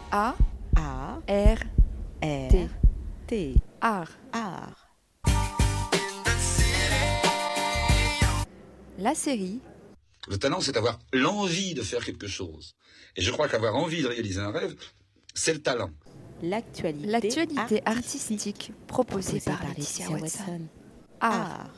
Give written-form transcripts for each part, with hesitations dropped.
A A R R T T Art. Art. La série Le talent, c'est avoir l'envie de faire quelque chose. Et je crois qu'avoir envie de réaliser un rêve, c'est le talent. L'actualité artistique proposée par Laetitia Watson. Art.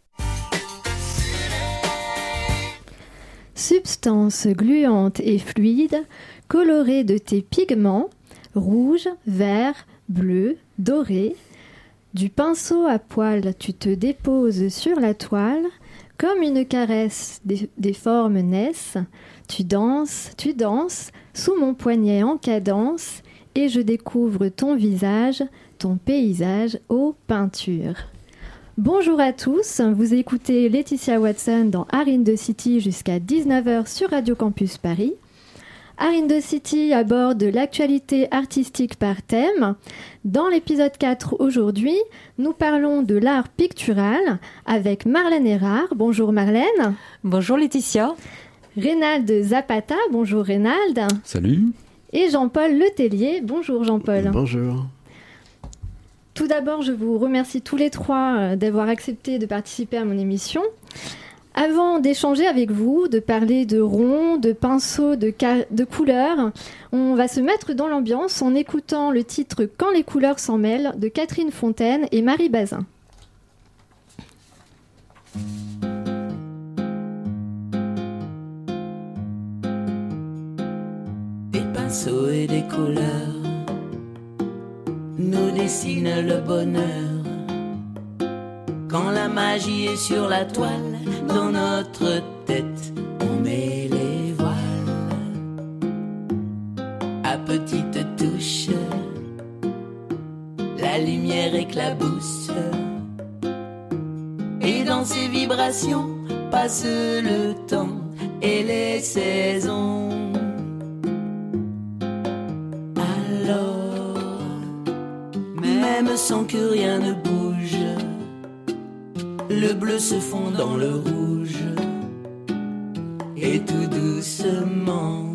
Substance gluante et fluide, colorée de tes pigments, rouge, vert, bleu, doré. Du pinceau à poil, tu te déposes sur la toile, comme une caresse, des formes naissent. Tu danses, sous mon poignet en cadence, et je découvre ton visage, ton paysage aux peintures. Bonjour à tous, vous écoutez Laetitia Watson dans Art in the City jusqu'à 19h sur Radio Campus Paris. Art in the City aborde l'actualité artistique par thème. Dans l'épisode 4 aujourd'hui, nous parlons de l'art pictural avec Marlène Erard. Bonjour Marlène. Bonjour Laetitia. Reynald Zapata. Bonjour Reynald. Salut. Et Jean-Paul Letellier. Bonjour Jean-Paul. Bonjour. Tout d'abord, je vous remercie tous les trois d'avoir accepté de participer à mon émission. Avant d'échanger avec vous, de parler de ronds, de pinceaux, de couleurs, on va se mettre dans l'ambiance en écoutant le titre « Quand les couleurs s'en mêlent » de Catherine Fontaine et Marie Bazin. Des pinceaux et des couleurs nous dessinent le bonheur. Quand la magie est sur la toile, dans notre tête, on met les voiles. À petites touches, la lumière éclabousse. Et dans ces vibrations, passe le temps et les saisons. Alors, même sans que rien ne bouge, le bleu se fond dans le rouge. Et tout doucement,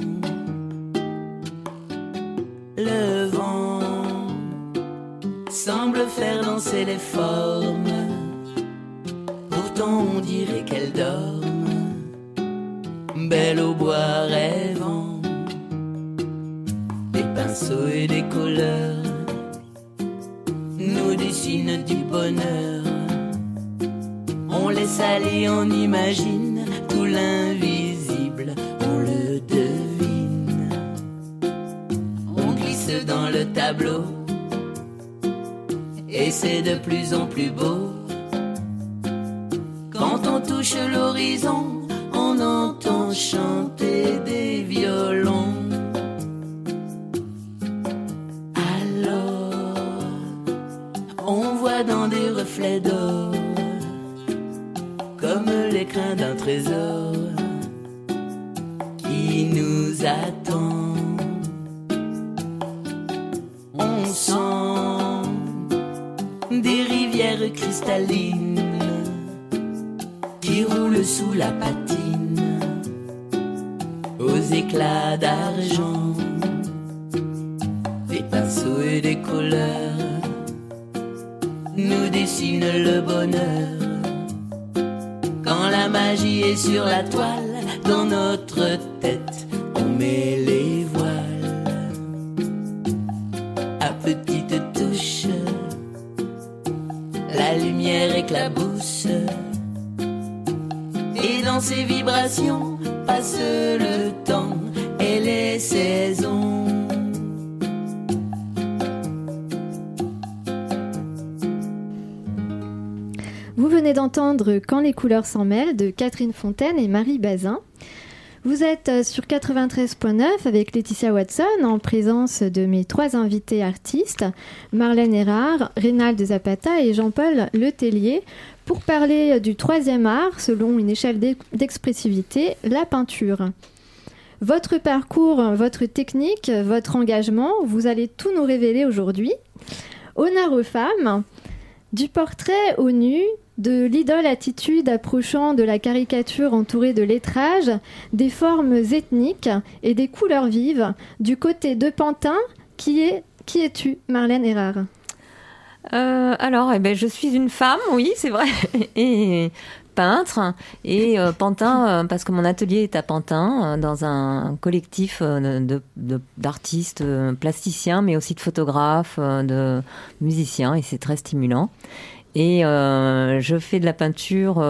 le vent semble faire danser les formes. Pourtant on dirait qu'elles dorment, belle au bois rêvant. Des pinceaux et des couleurs nous dessinent du bonheur. On laisse aller, on imagine tout l'invisible, on le devine. On glisse dans le tableau et c'est de plus en plus beau. Quand on touche l'horizon, on entend chanter des violons. Alors, on voit dans des reflets d'or comme l'écrin d'un trésor qui nous attend. On sent des rivières cristallines qui roulent sous la patine aux éclats d'argent. Des pinceaux et des couleurs nous dessinent le bonheur. Quand la magie est sur la toile, dans notre tête, on met les voiles. À petites touches, la lumière éclabousse. Et dans ces vibrations, passe le temps et les saisons. Vous venez d'entendre « Quand les couleurs s'en mêlent » de Catherine Fontaine et Marie Bazin. Vous êtes sur 93.9 avec Laetitia Watson en présence de mes trois invités artistes, Marlène Erard, Reynald Zapata et Jean-Paul Letellier, pour parler du troisième art selon une échelle d'expressivité, la peinture. Votre parcours, votre technique, votre engagement, vous allez tout nous révéler aujourd'hui. Honneur aux femmes. Du portrait au nu, de l'idole attitude approchant de la caricature entourée de lettrage, des formes ethniques et des couleurs vives, du côté de Pantin, qui es-tu, Marlène Erard? Alors, je suis une femme, oui, c'est vrai, et peintre, et Pantin, parce que mon atelier est à Pantin, dans un collectif d'artistes plasticiens, mais aussi de photographes, de musiciens, et c'est très stimulant. Et je fais de la peinture,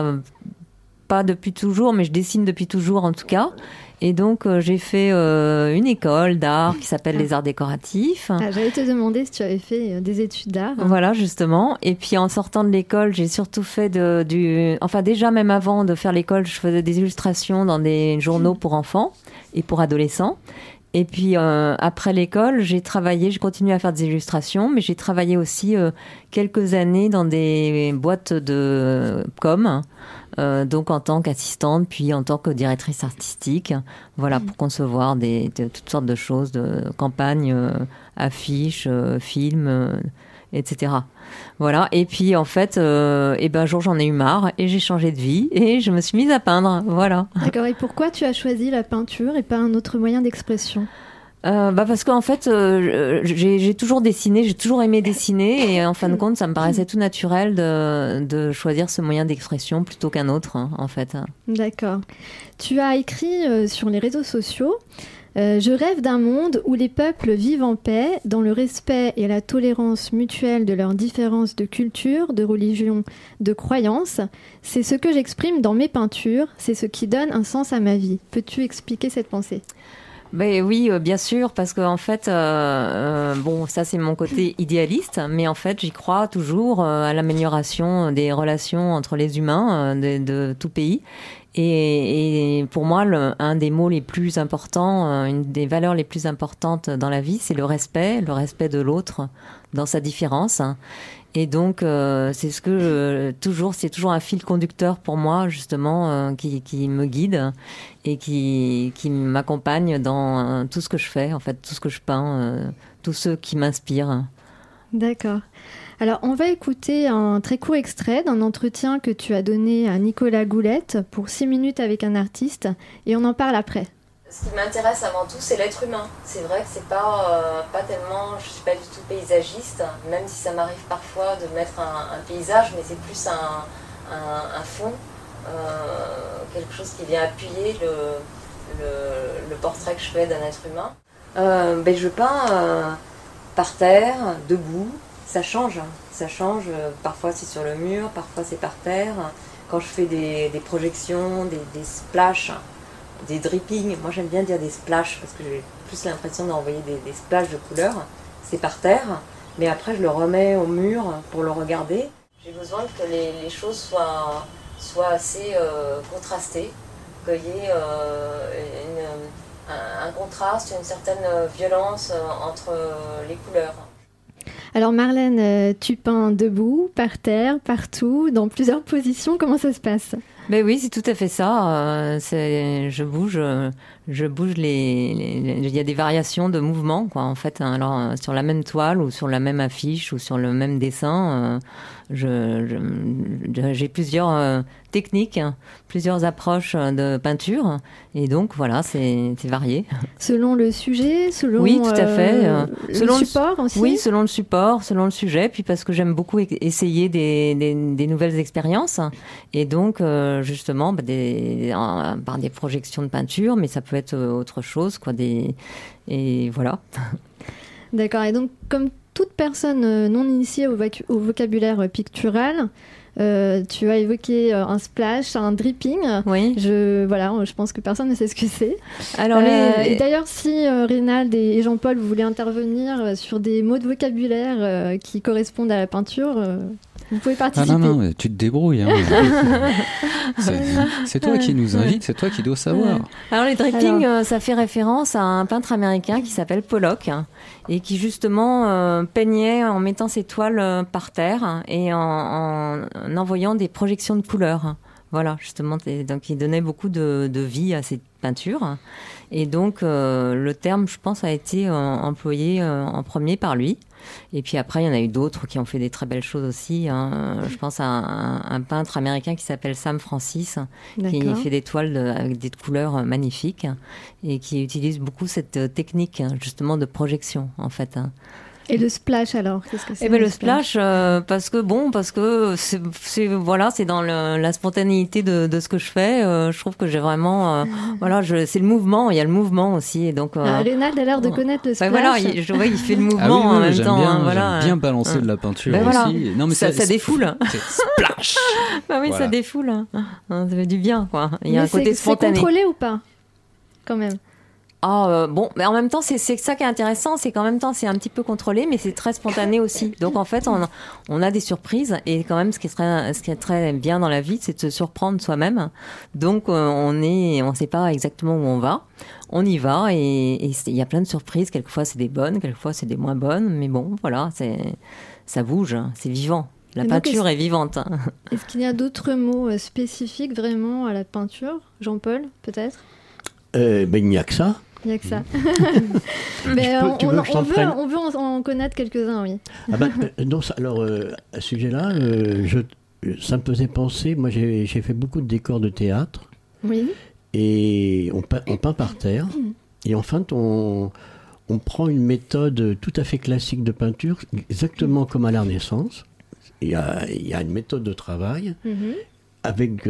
pas depuis toujours, mais je dessine depuis toujours en tout cas. Et donc, j'ai fait une école d'art qui s'appelle les arts décoratifs. J'allais te demander si tu avais fait des études d'art. Voilà, justement. Et puis, en sortant de l'école, j'ai surtout fait déjà, même avant de faire l'école, je faisais des illustrations dans des journaux pour enfants et pour adolescents. Et puis, après l'école, j'ai continué à faire des illustrations, mais j'ai travaillé aussi quelques années dans des boîtes de com', donc en tant qu'assistante, puis en tant que directrice artistique, voilà, pour concevoir toutes sortes de choses, de campagnes, affiches, films, etc. Voilà. Et puis, en fait, un jour, j'en ai eu marre et j'ai changé de vie et je me suis mise à peindre. Voilà. D'accord. Et pourquoi tu as choisi la peinture et pas un autre moyen d'expression? Parce qu'en fait, j'ai toujours dessiné, j'ai toujours aimé dessiner et en fin de compte, ça me paraissait tout naturel de choisir ce moyen d'expression plutôt qu'un autre, hein, en fait. D'accord. Tu as écrit sur les réseaux sociaux je rêve d'un monde où les peuples vivent en paix, dans le respect et la tolérance mutuelle de leurs différences de culture, de religion, de croyances. C'est ce que j'exprime dans mes peintures, c'est ce qui donne un sens à ma vie. Peux-tu expliquer cette pensée ? Ben oui, bien sûr, parce qu'en fait, ça c'est mon côté idéaliste, mais en fait, j'y crois toujours à l'amélioration des relations entre les humains de tout pays. Et pour moi, un des mots les plus importants, une des valeurs les plus importantes dans la vie, c'est le respect de l'autre dans sa différence. Et donc, c'est toujours un fil conducteur pour moi, justement, qui me guide et qui m'accompagne dans tout ce que je fais, en fait, tout ce que je peins, tous ceux qui m'inspirent. D'accord. Alors, on va écouter un très court extrait d'un entretien que tu as donné à Nicolas Goulette pour 6 minutes avec un artiste et on en parle après. Ce qui m'intéresse avant tout, c'est l'être humain. C'est vrai que c'est pas tellement, je suis pas du tout paysagiste, même si ça m'arrive parfois de mettre un paysage, mais c'est plus un fond, quelque chose qui vient appuyer le portrait que je fais d'un être humain. Je peins par terre, debout. Ça change. Parfois c'est sur le mur, parfois c'est par terre. Quand je fais des projections, des splashes, des drippings, moi j'aime bien dire des splashes parce que j'ai plus l'impression d'envoyer des splashes de couleurs. C'est par terre, mais après je le remets au mur pour le regarder. J'ai besoin que les choses soient assez contrastées, qu'il y ait un contraste, une certaine violence entre les couleurs. Alors Marlène, tu peins debout, par terre, partout, dans plusieurs positions. Comment ça se passe ? Ben oui, c'est tout à fait ça. Je bouge il y a des variations de mouvement, quoi. En fait, alors sur la même toile ou sur la même affiche ou sur le même dessin, j'ai plusieurs techniques, plusieurs approches de peinture, et donc voilà, c'est varié. Selon le sujet, oui, tout à fait. Selon le support aussi. Oui, selon le support, selon le sujet, puis parce que j'aime beaucoup essayer des nouvelles expériences, et donc justement par des projections de peinture, mais ça peut être autre chose, quoi. Et voilà. D'accord. Et donc, comme toute personne non initiée au vocabulaire pictural, tu as évoqué un splash, un dripping. Oui. Je pense que personne ne sait ce que c'est. Alors, et d'ailleurs, si Reynald et Jean-Paul, vous voulez intervenir sur des mots de vocabulaire qui correspondent à la peinture, vous pouvez participer. Non, tu te débrouilles. Hein. c'est toi qui nous invite, c'est toi qui dois savoir. Alors les drippings, ça fait référence à un peintre américain qui s'appelle Pollock et qui justement peignait en mettant ses toiles par terre et en envoyant des projections de couleurs. Voilà, justement, donc il donnait beaucoup de vie à ces peintures. Et donc, le terme, je pense, a été employé en premier par lui. Et puis après, il y en a eu d'autres qui ont fait des très belles choses aussi. Je pense à un peintre américain qui s'appelle Sam Francis, qui fait des toiles avec des couleurs magnifiques et qui utilise beaucoup cette technique, justement, de projection, en fait. Et le splash alors, qu'est-ce que c'est? Le splash, parce que c'est dans la spontanéité de ce que je fais. Je trouve que j'ai vraiment, c'est le mouvement. Il y a le mouvement aussi, et donc. Reynald a l'air de connaître le splash. Je vois, il fait le mouvement en même temps. J'aime bien balancer de la peinture aussi. Non, mais ça défoule. C'est splash. Ça défoule. Ça fait du bien, quoi. Il y a un côté spontané. C'est contrôlé ou pas, quand même? Mais en même temps, c'est ça qui est intéressant, c'est qu'en même temps, c'est un petit peu contrôlé, mais c'est très spontané aussi. Donc, en fait, on a des surprises, et quand même, ce qui est très bien dans la vie, c'est de se surprendre soi-même. Donc, on sait pas exactement où on va. On y va, et il y a plein de surprises. Quelquefois, c'est des bonnes, quelquefois, c'est des moins bonnes, mais bon, voilà, ça bouge, c'est vivant. La peinture est vivante. Est-ce qu'il y a d'autres mots spécifiques vraiment à la peinture, Jean-Paul, peut-être? Il n'y a que ça. Il n'y a que ça. Mais on veut en connaître quelques-uns, oui. Alors, à ce sujet-là, ça me faisait penser, moi j'ai fait beaucoup de décors de théâtre. Oui. Et on peint par terre. Et en fait, on prend une méthode tout à fait classique de peinture, exactement comme à la Renaissance. Il y a une méthode de travail avec...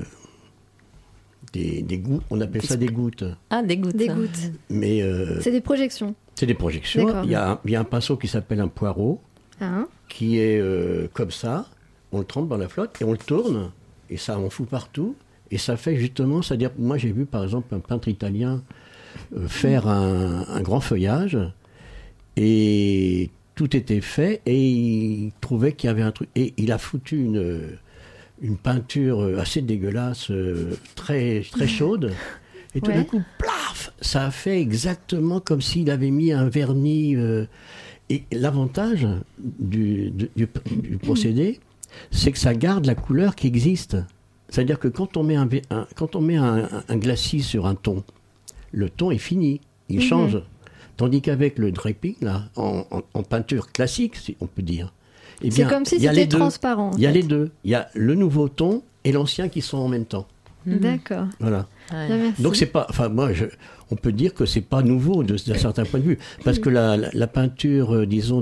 Des gouttes, on appelle ça des gouttes. Ah, des gouttes. Mais c'est des projections. C'est des projections. Il y a un pinceau qui s'appelle un poireau, qui est comme ça. On le trempe dans la flotte et on le tourne. Et ça en fout partout. Et ça fait justement, c'est-à-dire, moi j'ai vu par exemple un peintre italien faire un grand feuillage. Et tout était fait. Et il trouvait qu'il y avait un truc. Et il a foutu une peinture assez dégueulasse, très, très chaude. Et tout d'un coup, plaf, ça a fait exactement comme s'il avait mis un vernis. Et l'avantage du procédé, c'est que ça garde la couleur qui existe. C'est-à-dire que quand on met un glacis sur un ton, le ton est fini, il change. Tandis qu'avec le draping, là, en peinture classique, si on peut dire, eh bien, c'est comme si c'était transparent. Il y a les deux. Il y a le nouveau ton et l'ancien qui sont en même temps. D'accord. Voilà. Ouais. Donc c'est pas. Enfin moi, on peut dire que c'est pas nouveau d'un certain point de vue, parce que la peinture, disons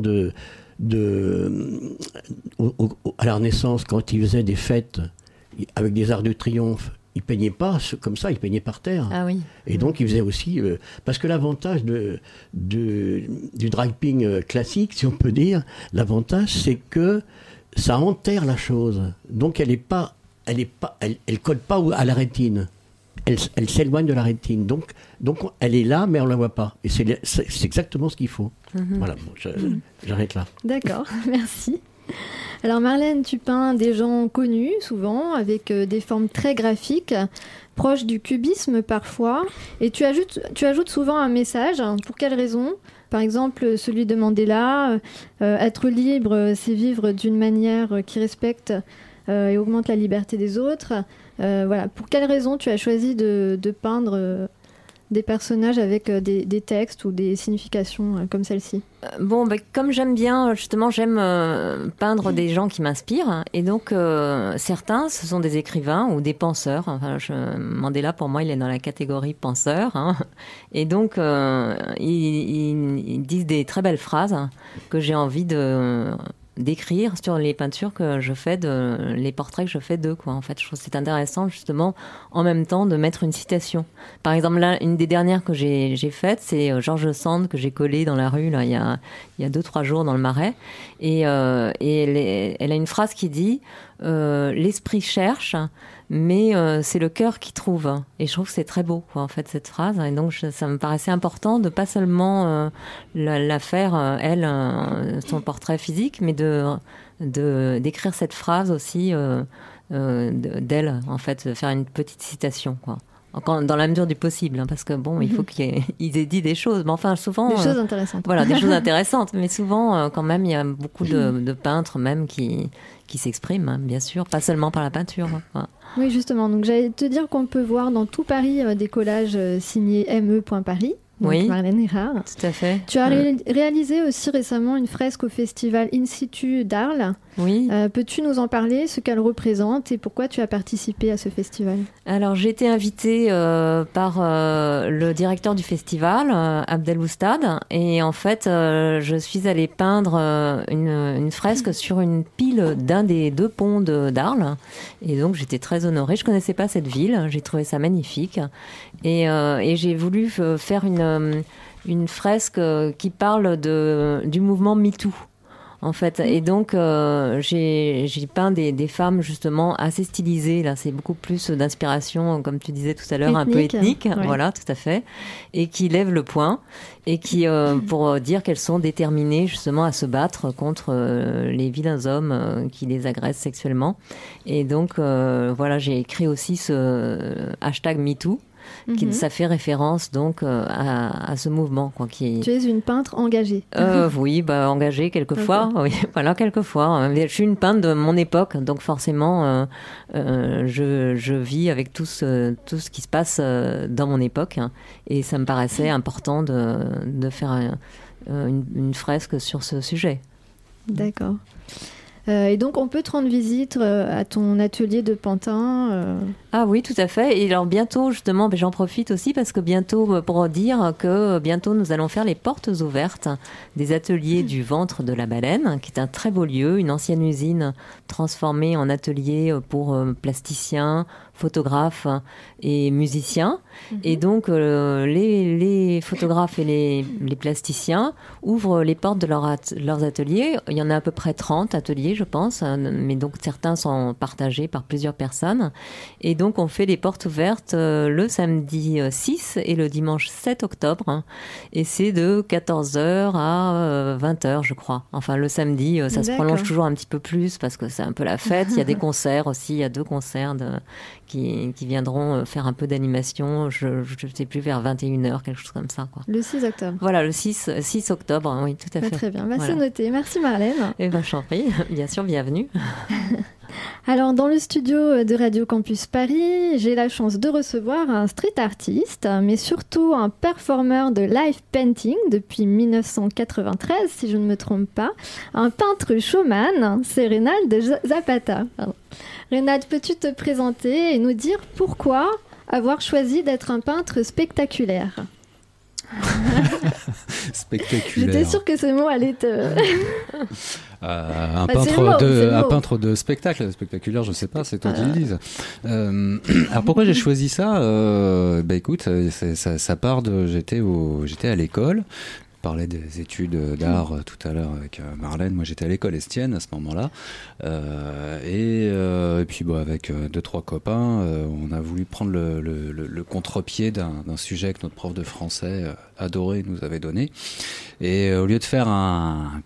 à la Renaissance, quand ils faisaient des fêtes avec des arcs de triomphe, ils peignaient pas comme ça, ils peignaient par terre. Ah oui. Et donc ils faisaient aussi parce que l'avantage du draping classique, si on peut dire, l'avantage c'est que ça enterre la chose. Donc elle colle pas à la rétine. Elle s'éloigne de la rétine. Donc elle est là, mais on la voit pas. Et c'est exactement ce qu'il faut. Voilà. Bon, j'arrête là. D'accord. Merci. Alors Marlène, tu peins des gens connus souvent, avec des formes très graphiques, proches du cubisme parfois, et tu ajoutes souvent un message. Pour quelle raison? Par exemple, celui de Mandela, être libre, c'est vivre d'une manière qui respecte et augmente la liberté des autres. Voilà. Pour quelle raison tu as choisi de peindre des personnages avec des textes ou des significations comme celle-ci? Comme j'aime bien, justement, j'aime peindre des gens qui m'inspirent. Et donc, certains, ce sont des écrivains ou des penseurs. Enfin, Mandela, pour moi, il est dans la catégorie penseur. Hein. Et donc, ils disent des très belles phrases que j'ai envie d'écrire sur les peintures que je fais, les portraits que je fais d'eux, quoi. En fait, je trouve que c'est intéressant, justement, en même temps, de mettre une citation. Par exemple, là, une des dernières que j'ai faites, c'est George Sand, que j'ai collé dans la rue, là, il y a 2-3 jours dans le Marais. Et elle a une phrase qui dit l'esprit cherche, mais c'est le cœur qui trouve. Et je trouve que c'est très beau, quoi, en fait, cette phrase. Et donc, ça me paraissait important de pas seulement la faire, elle, son portrait physique, mais d'écrire cette phrase aussi d'elle, en fait, faire une petite citation, quoi. dans la mesure du possible, parce que bon, il faut qu'ils aient dit des choses, mais enfin souvent... Des choses intéressantes. Voilà, des choses intéressantes, mais souvent, quand même, il y a beaucoup de peintres même qui s'expriment, bien sûr, pas seulement par la peinture. Voilà. Oui, justement, donc j'allais te dire qu'on peut voir dans tout Paris des collages signés me.paris. Donc oui, Marlène Erard. Tout à fait. Tu as réalisé aussi récemment une fresque au festival In Situ d'Arles. Oui. Peux-tu nous en parler, ce qu'elle représente et pourquoi tu as participé à ce festival ? Alors, j'ai été invitée par le directeur du festival, Abdel Oustad, et en fait, je suis allée peindre une fresque sur une pile d'un des 2 ponts d'Arles, et donc j'étais très honorée. Je connaissais pas cette ville, j'ai trouvé ça magnifique, et j'ai voulu faire une fresque qui parle du mouvement MeToo. En fait, et donc j'ai peint des femmes justement assez stylisées. Là, c'est beaucoup plus d'inspiration, comme tu disais tout à l'heure, un peu ethnique. Ouais. Voilà, tout à fait, et qui lèvent le poing et qui pour dire qu'elles sont déterminées justement à se battre contre les vilains hommes qui les agressent sexuellement. Et donc voilà, j'ai écrit aussi ce hashtag MeToo. Ça fait référence donc à ce mouvement, quoi, qui... Tu es une peintre engagée. Oui, engagée quelquefois. Okay. Oui, voilà, quelquefois. Je suis une peintre de mon époque, donc forcément, je vis avec tout ce qui se passe dans mon époque, et ça me paraissait important de faire une fresque sur ce sujet. D'accord. Et donc, on peut te rendre visite à ton atelier de Pantin Ah oui, tout à fait. Et alors, bientôt, justement, j'en profite aussi parce que bientôt, pour dire que bientôt, nous allons faire les portes ouvertes des ateliers du Ventre de la Baleine, qui est un très beau lieu, une ancienne usine transformée en atelier pour plasticiens, photographes et musiciens. Et donc, les photographes et les plasticiens ouvrent les portes de leurs ateliers. Il y en a à peu près 30 ateliers, je pense, mais donc certains sont partagés par plusieurs personnes. Et donc, on fait les portes ouvertes le samedi 6 et le dimanche 7 octobre. Et c'est de 14h à 20h, je crois. Enfin, le samedi, ça se prolonge toujours un petit peu plus parce que c'est un peu la fête. Il y a des concerts aussi. Il y a 2 concerts qui viendront faire un peu d'animation, je ne sais plus, vers 21h, quelque chose comme ça, quoi. Le 6 octobre. Voilà, le 6 octobre, oui, tout à fait. Très bien, c'est noté. Merci Marlène. Eh bien, je t'en prie, bien sûr, bienvenue. Alors, dans le studio de Radio Campus Paris, j'ai la chance de recevoir un street artiste, mais surtout un performeur de live painting depuis 1993, si je ne me trompe pas. Un peintre showman, c'est Reynald Zapata. Reynald, peux-tu te présenter et nous dire pourquoi avoir choisi d'être un peintre spectaculaire ? Spectaculaire. J'étais sûre que ce mot allait te... un peintre de spectacle. Spectaculaire, je sais pas, c'est toi qui le dises. Alors pourquoi j'ai choisi ça écoute, ça part de... J'étais à l'école. On parlait des études d'art tout à l'heure avec Marlène. Moi, j'étais à l'école Estienne à ce moment-là. Et puis, avec 2-3 copains, on a voulu prendre le contre-pied d'un sujet que notre prof de français adoré nous avait donné. Et au lieu de faire un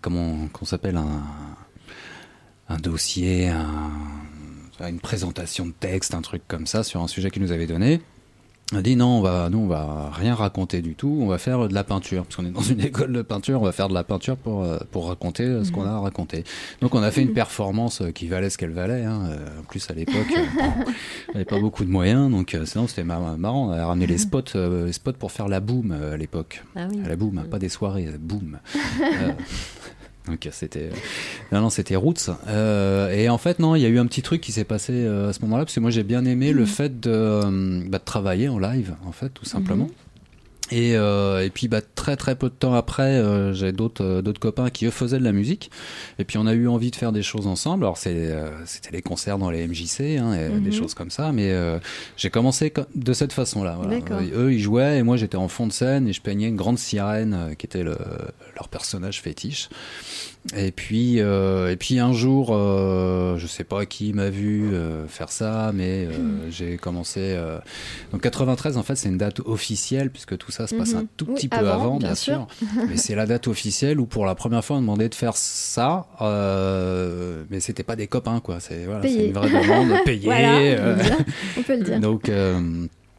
dossier, une présentation de texte, un truc comme ça sur un sujet qu'il nous avait donné, on a dit non, on va rien raconter du tout, on va faire de la peinture, parce qu'on est dans une école de peinture, on va faire de la peinture pour raconter ce qu'on a à raconter. Donc on a fait une performance qui valait ce qu'elle valait, hein. En plus à l'époque, on n'avait pas beaucoup de moyens, donc sinon c'était marrant, on avait ramené les spots pour faire la boom à l'époque. Ah oui. La boom, pas des soirées, la boom. Donc c'était Roots, et en fait non, il y a eu un petit truc qui s'est passé à ce moment-là, parce que moi j'ai bien aimé le fait de travailler en live, en fait, tout simplement. Et puis très très peu de temps après, j'avais d'autres copains qui eux faisaient de la musique, et puis on a eu envie de faire des choses ensemble. Alors c'était les concerts dans les MJC, hein, et des choses comme ça, mais j'ai commencé de cette façon-là. Voilà. Eux ils jouaient et moi j'étais en fond de scène et je peignais une grande sirène qui était leur personnage fétiche. Et puis un jour, je sais pas qui m'a vu faire ça, mais j'ai commencé. Donc 93, en fait, c'est une date officielle puisque tout ça se passe un tout petit peu avant, bien sûr. Mais c'est la date officielle où pour la première fois on demandait de faire ça, mais c'était pas des copains, quoi. C'est une vraie demande, payée. Voilà, on peut le dire. Donc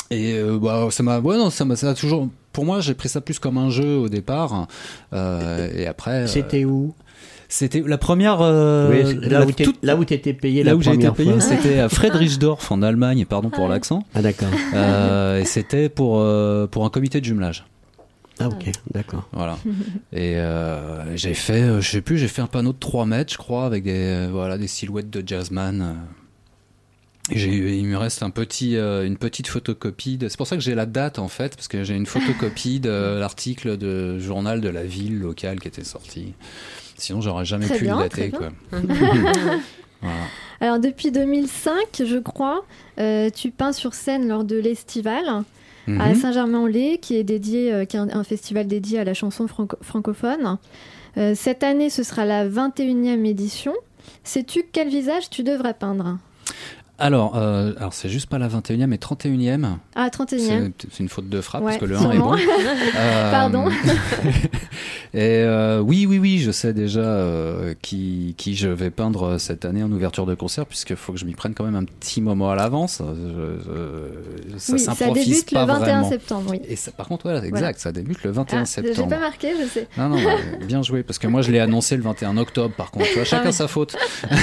Et ça a toujours. Pour moi, j'ai pris ça plus comme un jeu au départ. Et après. C'était où? C'était la première. Là où tu étais payé la première fois. Là où j'ai été payé, c'était à Friedrichsdorf en Allemagne. Pardon pour l'accent. Ah d'accord. Et c'était pour un comité de jumelage. Ah ok, d'accord. Voilà. Et j'ai fait, j'ai fait un panneau de 3 mètres, je crois, avec des silhouettes de jazzman. Il me reste une petite photocopie. C'est pour ça que j'ai la date en fait, parce que j'ai une photocopie de l'article de journal de la ville locale qui était sorti. Sinon, j'aurais jamais pu le dater, quoi. Voilà. Alors depuis 2005, je crois, tu peins sur scène lors de l'Estival à Saint-Germain-en-Laye, qui est un festival dédié à la chanson francophone. Cette année, ce sera la 21e édition. Sais-tu quel visage tu devrais peindre ? Alors c'est juste pas la 21e, mais 31e. Ah, 31e. C'est une faute de frappe, parce que le 1 est bon. Pardon. Et oui, je sais déjà qui je vais peindre cette année en ouverture de concert, puisqu'il faut que je m'y prenne quand même un petit moment à l'avance. Ça débute le 21 septembre, oui. Et ça, par contre, voilà, exact, ça débute le 21 septembre. J'ai pas marqué, je sais. Non, bien joué, parce que moi je l'ai annoncé le 21 octobre, par contre. Tu vois, chacun sa faute.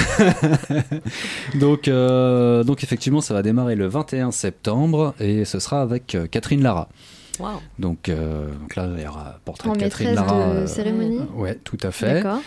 Donc effectivement, ça va démarrer le 21 septembre et ce sera avec Catherine Lara. Wow. Donc là, il y aura portrait en de Catherine Lara. De cérémonie. Ouais, tout à fait. D'accord.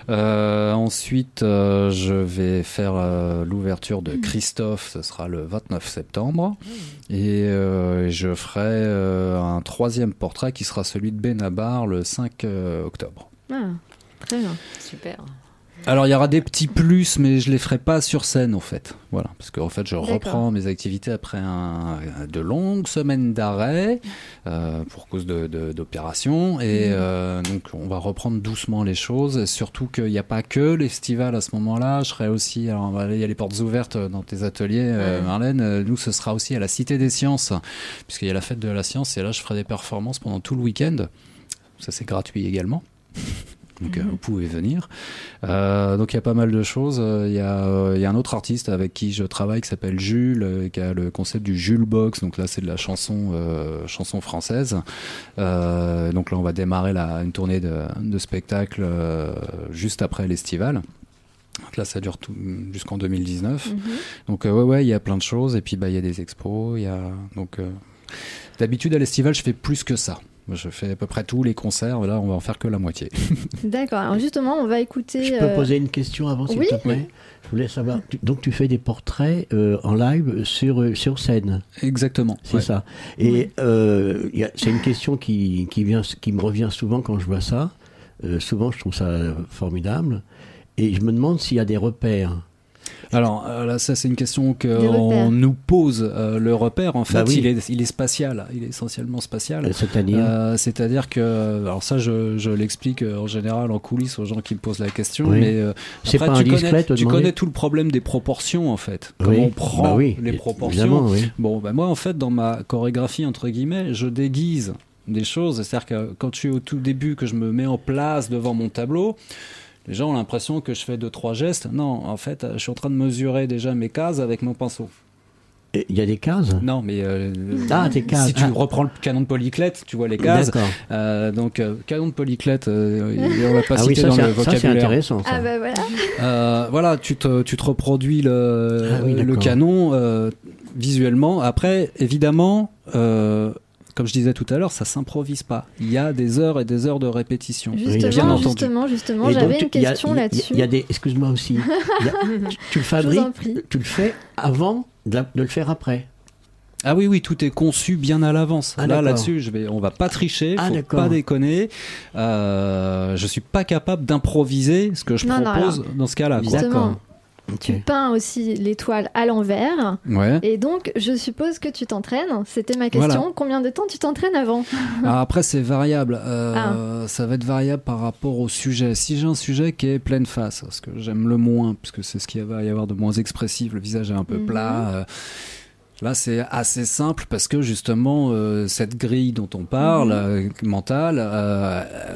Ensuite, je vais faire l'ouverture de Christophe. Ce sera le 29 septembre. Et je ferai un 3e portrait qui sera celui de Benabar le 5 octobre. Ah, très bien. Super. Alors il y aura des petits plus, mais je les ferai pas sur scène en fait. Voilà, parce qu'en fait je reprends mes activités après de longues semaines d'arrêt pour cause d'opérations et donc on va reprendre doucement les choses. Et surtout qu'il n'y a pas que l'estival à ce moment-là. Je serai aussi, alors il y a les portes ouvertes dans tes ateliers, Marlène. Nous ce sera aussi à la Cité des Sciences, puisqu'il y a la fête de la science et là je ferai des performances pendant tout le week-end. Ça c'est gratuit également. Donc vous pouvez venir. Donc il y a pas mal de choses. Il y a un autre artiste avec qui je travaille qui s'appelle Jules, qui a le concept du Jules Box. Donc là c'est de la chanson française. Donc là on va démarrer une tournée de spectacles juste après l'estival. Donc là ça dure jusqu'en 2019. Donc il y a plein de choses. Et puis il y a des expos. D'habitude à l'estival je fais plus que ça. Je fais à peu près tous les concerts, là on va en faire que la moitié. D'accord, alors justement on va écouter... Je peux poser une question avant s'il te plaît ? Je voulais savoir, donc tu fais des portraits en live sur scène ? Exactement. C'est ça. Et c'est une question qui me revient souvent quand je vois ça. Souvent je trouve ça formidable. Et je me demande s'il y a des repères. Alors là, ça c'est une question qu'on nous pose. Le repère, en fait, il est spatial, il est essentiellement spatial. C'est-à-dire que, alors ça, je l'explique en général en coulisses aux gens qui me posent la question. Mais c'est après, pas tu connais tout le problème des proportions, en fait. Comment on prend les proportions. Bon, moi, en fait, dans ma chorégraphie entre guillemets, je déguise des choses. C'est-à-dire que quand je suis au tout début, que je me mets en place devant mon tableau. Les gens ont l'impression que je fais 2-3 gestes. Non, en fait, je suis en train de mesurer déjà mes cases avec mon pinceau. Il y a des cases ? Non, mais des cases. Si tu reprends le canon de Polyclette, tu vois les cases. Donc, canon de Polyclette, on l'a pas cité dans le vocabulaire. Ça, c'est intéressant. Ça. Ah bah voilà. Voilà, tu te reproduis le canon visuellement. Après, évidemment... comme je disais tout à l'heure, ça s'improvise pas. Il y a des heures et des heures de répétition. Justement, j'avais une question là-dessus. Il y a des, excuse-moi aussi, tu le fabriques, tu le fais avant de le faire après. Ah oui, tout est conçu bien à l'avance. Là-dessus, on va pas tricher, faut pas déconner. Je suis pas capable d'improviser ce que je propose dans ce cas-là. D'accord. Tu peins aussi l'étoile à l'envers. Et donc, je suppose que tu t'entraînes. C'était ma question. Voilà. Combien de temps tu t'entraînes avant ? Alors après, c'est variable. Ça va être variable par rapport au sujet. Si j'ai un sujet qui est pleine face, ce que j'aime le moins, puisque c'est ce qu'il va y avoir de moins expressif, le visage est un peu plat... Là, c'est assez simple parce que justement, cette grille dont on parle, mentale, il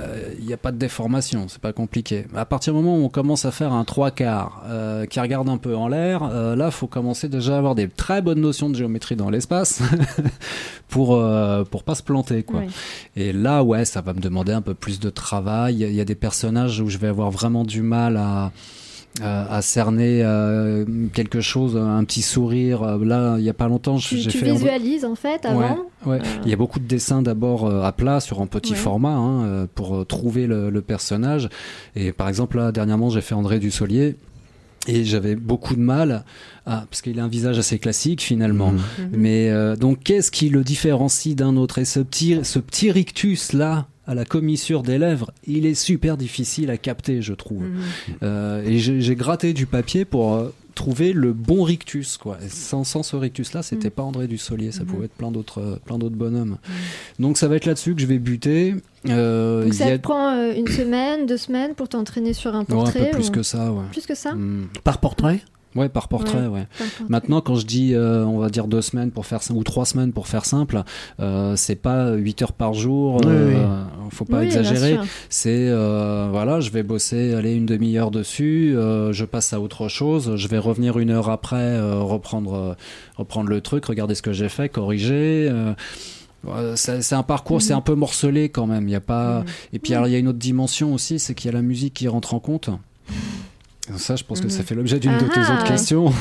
n'y a pas de déformation, c'est pas compliqué. À partir du moment où on commence à faire un 3/4 qui regarde un peu en l'air, là, il faut commencer déjà à avoir des très bonnes notions de géométrie dans l'espace pour pas se planter, quoi. Oui. Et là, ouais, ça va me demander un peu plus de travail. Il y a des personnages où je vais avoir vraiment du mal à cerner quelque chose, un petit sourire. Là, il y a pas longtemps, j'ai fait... Tu visualises en fait avant. Ouais. Il y a beaucoup de dessins d'abord à plat sur un petit format pour trouver le personnage. Et par exemple, là, dernièrement, j'ai fait André Dussolier. Et j'avais beaucoup de mal, parce qu'il a un visage assez classique finalement. Mais donc, qu'est-ce qui le différencie d'un autre? Et ce petit rictus là, à la commissure des lèvres, il est super difficile à capter, je trouve. Et j'ai gratté du papier pour trouver le bon rictus, quoi. Et sans ce rictus-là, c'était pas André Dussolier, ça pouvait être plein d'autres bonhommes. Donc ça va être là-dessus que je vais buter. Donc ça te prend une semaine, 2 semaines pour t'entraîner sur un portrait? Un peu plus que ça, ouais. Plus que ça? Par portrait? Ouais, par portrait, ouais. Maintenant, quand je dis, on va dire 2 semaines pour faire ou 3 semaines pour faire simple, c'est pas 8 heures par jour, faut pas exagérer. C'est, voilà, je vais bosser, aller une demi-heure dessus, je passe à autre chose, je vais revenir 1 heure après, reprendre le truc, regarder ce que j'ai fait, corriger, c'est un parcours, c'est un peu morcelé quand même, il y a pas, et puis alors, il y a une autre dimension aussi, c'est qu'il y a la musique qui rentre en compte. Ça, je pense que ça fait l'objet d'une de tes autres questions.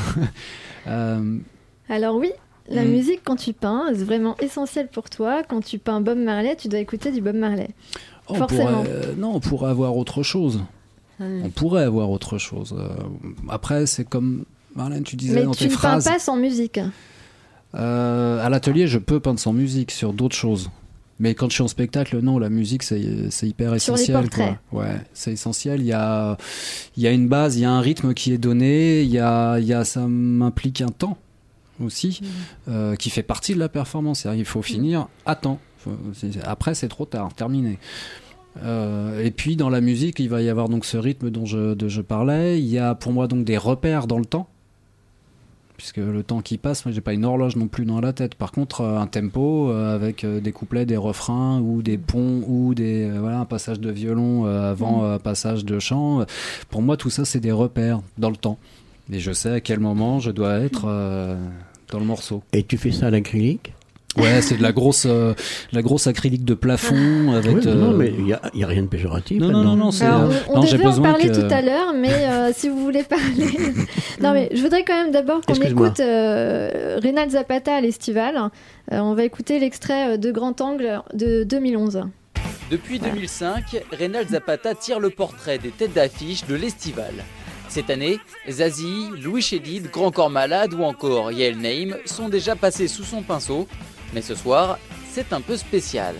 Alors oui, la musique quand tu peins, c'est vraiment essentiel pour toi. Quand tu peins Bob Marley, tu dois écouter du Bob Marley. Forcément. Non, on pourrait avoir autre chose. On pourrait avoir autre chose. Après, c'est comme Marlène, tu disais dans tes phrases. Mais tu ne peins pas sans musique. À l'atelier, je peux peindre sans musique sur d'autres choses. Mais quand je suis en spectacle, non, la musique, c'est hyper essentiel. Sur les portraits. Quoi. Ouais, c'est essentiel. Il y a une base, il y a un rythme qui est donné, ça m'implique un temps aussi, qui fait partie de la performance. C'est-à-dire, il faut finir à temps. Après, c'est trop tard, terminé. Et puis, dans la musique, il va y avoir donc ce rythme dont je parlais. Il y a pour moi donc des repères dans le temps. Puisque le temps qui passe, moi j'ai pas une horloge non plus dans la tête. Par contre, un tempo avec des couplets, des refrains ou des ponts ou un passage de violon avant un passage de chant. Pour moi, tout ça, c'est des repères dans le temps. Et je sais à quel moment je dois être dans le morceau. Et tu fais ça à l'acrylique ? Ouais, c'est de la grosse acrylique de plafond avec. Non, mais il y a rien de péjoratif. Non, c'est. On devait en parler tout à l'heure, mais si vous voulez parler. Non, mais je voudrais quand même d'abord qu'on écoute Reynald Zapata à l'Estival. On va écouter l'extrait de Grand Angle de 2011. Depuis 2005, Reynald Zapata tire le portrait des têtes d'affiche de l'Estival. Cette année, Zazie, Louis Chédid, Grand Corps Malade ou encore Yael Naïm sont déjà passés sous son pinceau. Mais ce soir, c'est un peu spécial.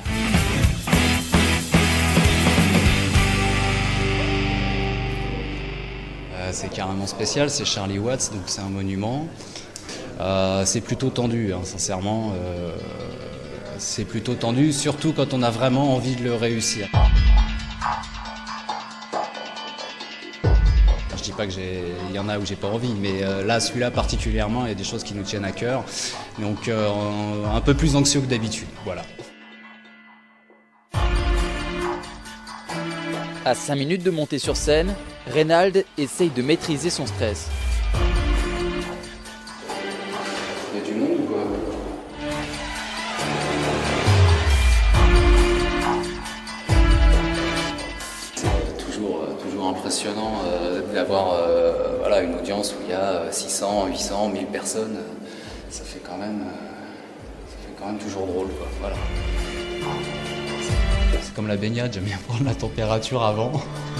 C'est carrément spécial, c'est Charlie Watts, donc c'est un monument. C'est plutôt tendu, sincèrement. C'est plutôt tendu, surtout quand on a vraiment envie de le réussir. Je dis pas que il y en a où j'ai pas envie, mais là, celui-là particulièrement, il y a des choses qui nous tiennent à cœur. Donc, un peu plus anxieux que d'habitude, voilà. À 5 minutes de monter sur scène, Reynald essaye de maîtriser son stress. Il y a du monde ou quoi ? Toujours impressionnant d'avoir une audience où il y a 600, 800, 1000 personnes. Ça fait quand même toujours drôle, quoi. Voilà. C'est comme la baignade, j'aime bien prendre la température avant.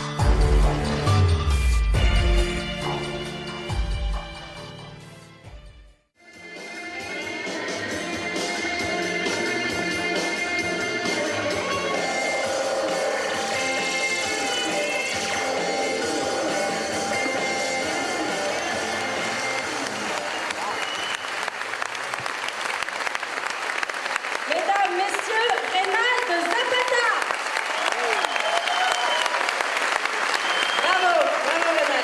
Mesdames, Messieurs, Reynald Zapata. Bravo Reynald.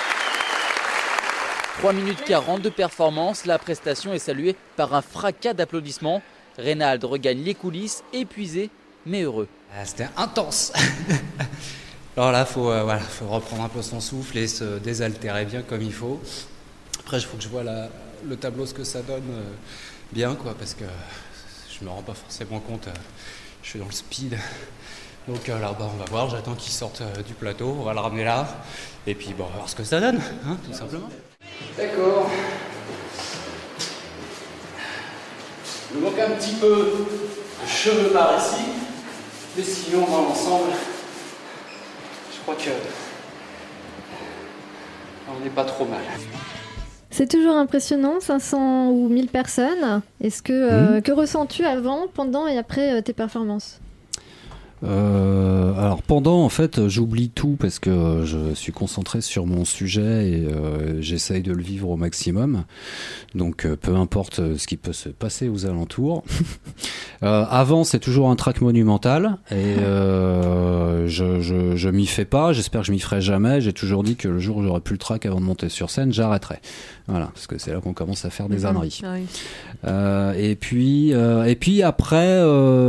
3 minutes 40 de performance, la prestation est saluée par un fracas d'applaudissements. Reynald regagne les coulisses, épuisé mais heureux. C'était intense. Alors là, faut reprendre un peu son souffle et se désaltérer bien comme il faut. Après, il faut que je vois le tableau, ce que ça donne bien, quoi, parce que je me rends pas forcément compte. Je suis dans le speed. Donc là, on va voir, j'attends qu'il sorte du plateau, on va le ramener là. Et puis, on va voir ce que ça donne, hein, tout simplement. D'accord. Il me manque un petit peu de cheveux par ici. Mais sinon, dans l'ensemble, je crois que on n'est pas trop mal. C'est toujours impressionnant, 500 ou 1000 personnes. Est-ce que, que ressens-tu avant, pendant et après tes performances ? Alors pendant, en fait, j'oublie tout parce que je suis concentré sur mon sujet et j'essaye de le vivre au maximum. Donc peu importe ce qui peut se passer aux alentours. Avant, c'est toujours un track monumental et je m'y fais pas. J'espère que je m'y ferai jamais. J'ai toujours dit que le jour où j'aurai plus le track avant de monter sur scène, j'arrêterai. Voilà, parce que c'est là qu'on commence à faire des âneries. Et puis après.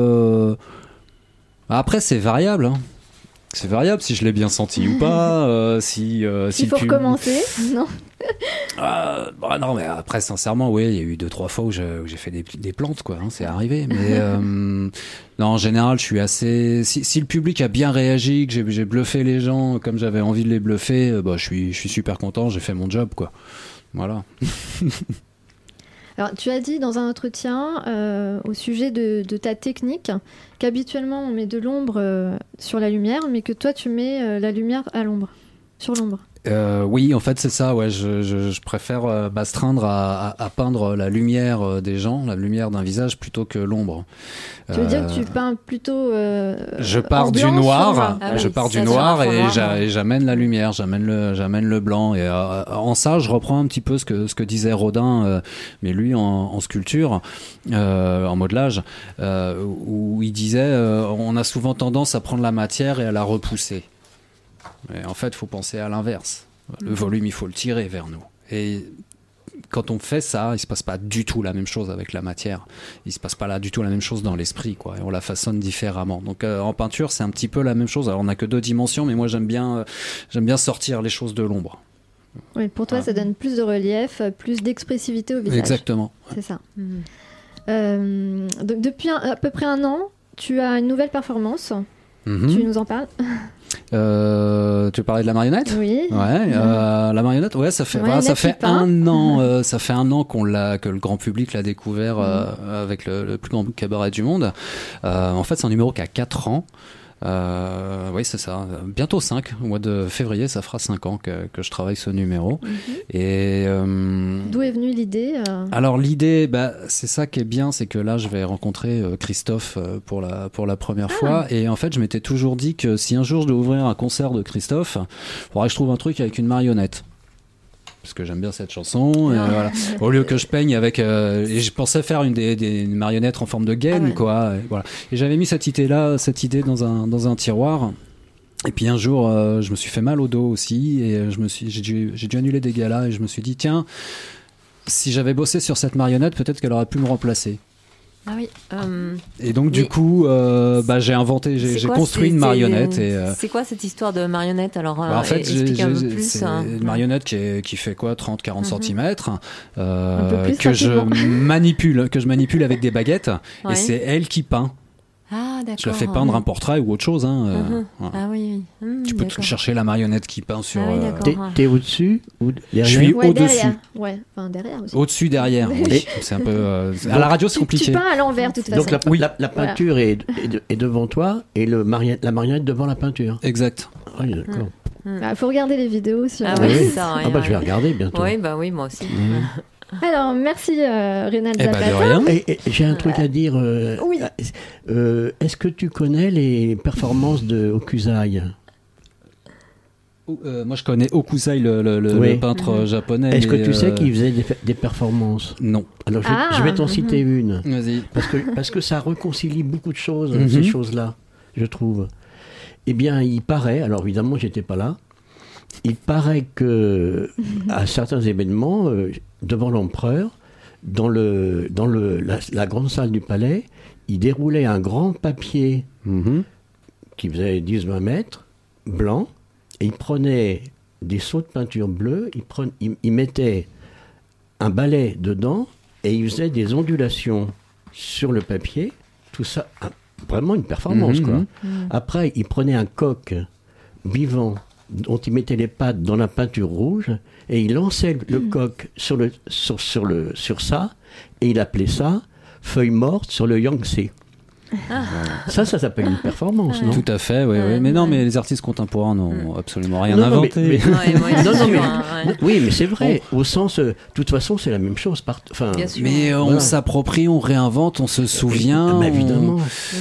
Après, c'est variable. Hein. C'est variable si je l'ai bien senti ou pas. Si il faut recommencer, non non, mais après, sincèrement, oui, il y a eu 2-3 fois où j'ai fait des plantes, quoi. Hein, c'est arrivé. Mais non, en général, je suis assez. Si le public a bien réagi, que j'ai bluffé les gens comme j'avais envie de les bluffer, je suis super content. J'ai fait mon job, quoi. Voilà. Alors, tu as dit dans un entretien au sujet de ta technique qu'habituellement on met de l'ombre sur la lumière, mais que toi tu mets la lumière à l'ombre, sur l'ombre. Oui, en fait c'est ça, ouais, je préfère m'astreindre à peindre la lumière des gens, la lumière d'un visage plutôt que l'ombre. Tu veux dire que tu peins plutôt je pars du noir, et j'amène la lumière, j'amène le blanc et en ça je reprends un petit peu ce que disait Rodin, mais lui en sculpture, en modelage, où il disait on a souvent tendance à prendre la matière et à la repousser. Mais en fait, il faut penser à l'inverse. Le volume, il faut le tirer vers nous. Et quand on fait ça, il se passe pas du tout la même chose avec la matière. Il se passe pas là du tout la même chose dans l'esprit, quoi. Et on la façonne différemment. Donc en peinture, c'est un petit peu la même chose. Alors on n'a que 2 dimensions, mais moi j'aime bien sortir les choses de l'ombre. Oui, pour toi, ça donne plus de relief, plus d'expressivité au visage. Exactement. C'est ça. Donc depuis à peu près 1 an, tu as une nouvelle performance. Tu nous en parles? Tu parlais de la marionnette? Oui. Ouais, la marionnette, ouais, ça fait 1 an, ça fait 1 an que le grand public l'a découvert avec le plus grand cabaret du monde. En fait, c'est un numéro qui a 4 ans. Oui, c'est ça. Bientôt 5. Au mois de février, ça fera 5 ans que je travaille ce numéro. Et d'où est venue l'idée Alors l'idée, c'est ça qui est bien, c'est que là, je vais rencontrer Christophe pour la première fois. Et en fait, je m'étais toujours dit que si un jour je dois ouvrir un concert de Christophe, il faudrait que je trouve un truc avec une marionnette. Parce que j'aime bien cette chanson. Voilà. Au lieu que je peigne avec... et je pensais faire des marionnettes en forme de gaine, quoi. Et, voilà. Et j'avais mis cette idée dans un tiroir. Et puis un jour, je me suis fait mal au dos aussi. Et j'ai dû annuler des galas. Et je me suis dit, tiens, si j'avais bossé sur cette marionnette, peut-être qu'elle aurait pu me remplacer. Ah oui. Et donc du coup, j'ai construit une marionnette. C'est quoi cette histoire de marionnette alors en fait, explique un peu plus. C'est une marionnette qui fait quoi, 30-40 cm, que je manipule avec des baguettes, et c'est elle qui peint. Ah, d'accord. Je la fais peindre un portrait ou autre chose. Hein, Ah oui. Tu peux chercher la marionnette qui peint sur. T'es au-dessus ou derrière? Je suis au-dessus. Ouais, enfin derrière aussi. Au-dessus, derrière. Oui. C'est un peu. À la radio, c'est compliqué. Tu peins à l'envers, de toute façon. Donc la peinture est devant toi et la marionnette devant la peinture. Exact. Oui, d'accord. Il faut regarder les vidéos sur. Ah oui, ça. Je vais regarder bientôt. Oui, moi aussi. Alors, merci Reynald Zapata. De rien. Et j'ai un truc à dire. Oui. Est-ce que tu connais les performances de Hokusai? Moi, je connais Hokusai, le peintre japonais. Est-ce que tu sais qu'il faisait des performances? Non. Alors, je vais t'en citer une. Vas-y. Parce que ça réconcilie beaucoup de choses, ces choses-là, je trouve. Eh bien, il paraît, alors évidemment, j'étais pas là, il paraît que à certains événements, devant l'empereur, dans la grande salle du palais, il déroulait un grand papier qui faisait 10-20 mètres, blanc, et il prenait des seaux de peinture bleue, il mettait un balai dedans, et il faisait des ondulations sur le papier, tout ça, vraiment une performance, quoi. Après, il prenait un coq vivant, dont il mettait les pattes dans la peinture rouge, et il lançait le coq sur ça, et il appelait ça « feuille morte sur le Yangtze ». Ça s'appelle une performance, non? Tout à fait, oui. Mais non, mais les artistes contemporains n'ont absolument rien inventé. Oui, mais c'est vrai. Au sens, de toute façon, c'est la même chose. Mais on s'approprie, on réinvente, on se souvient. Évidemment.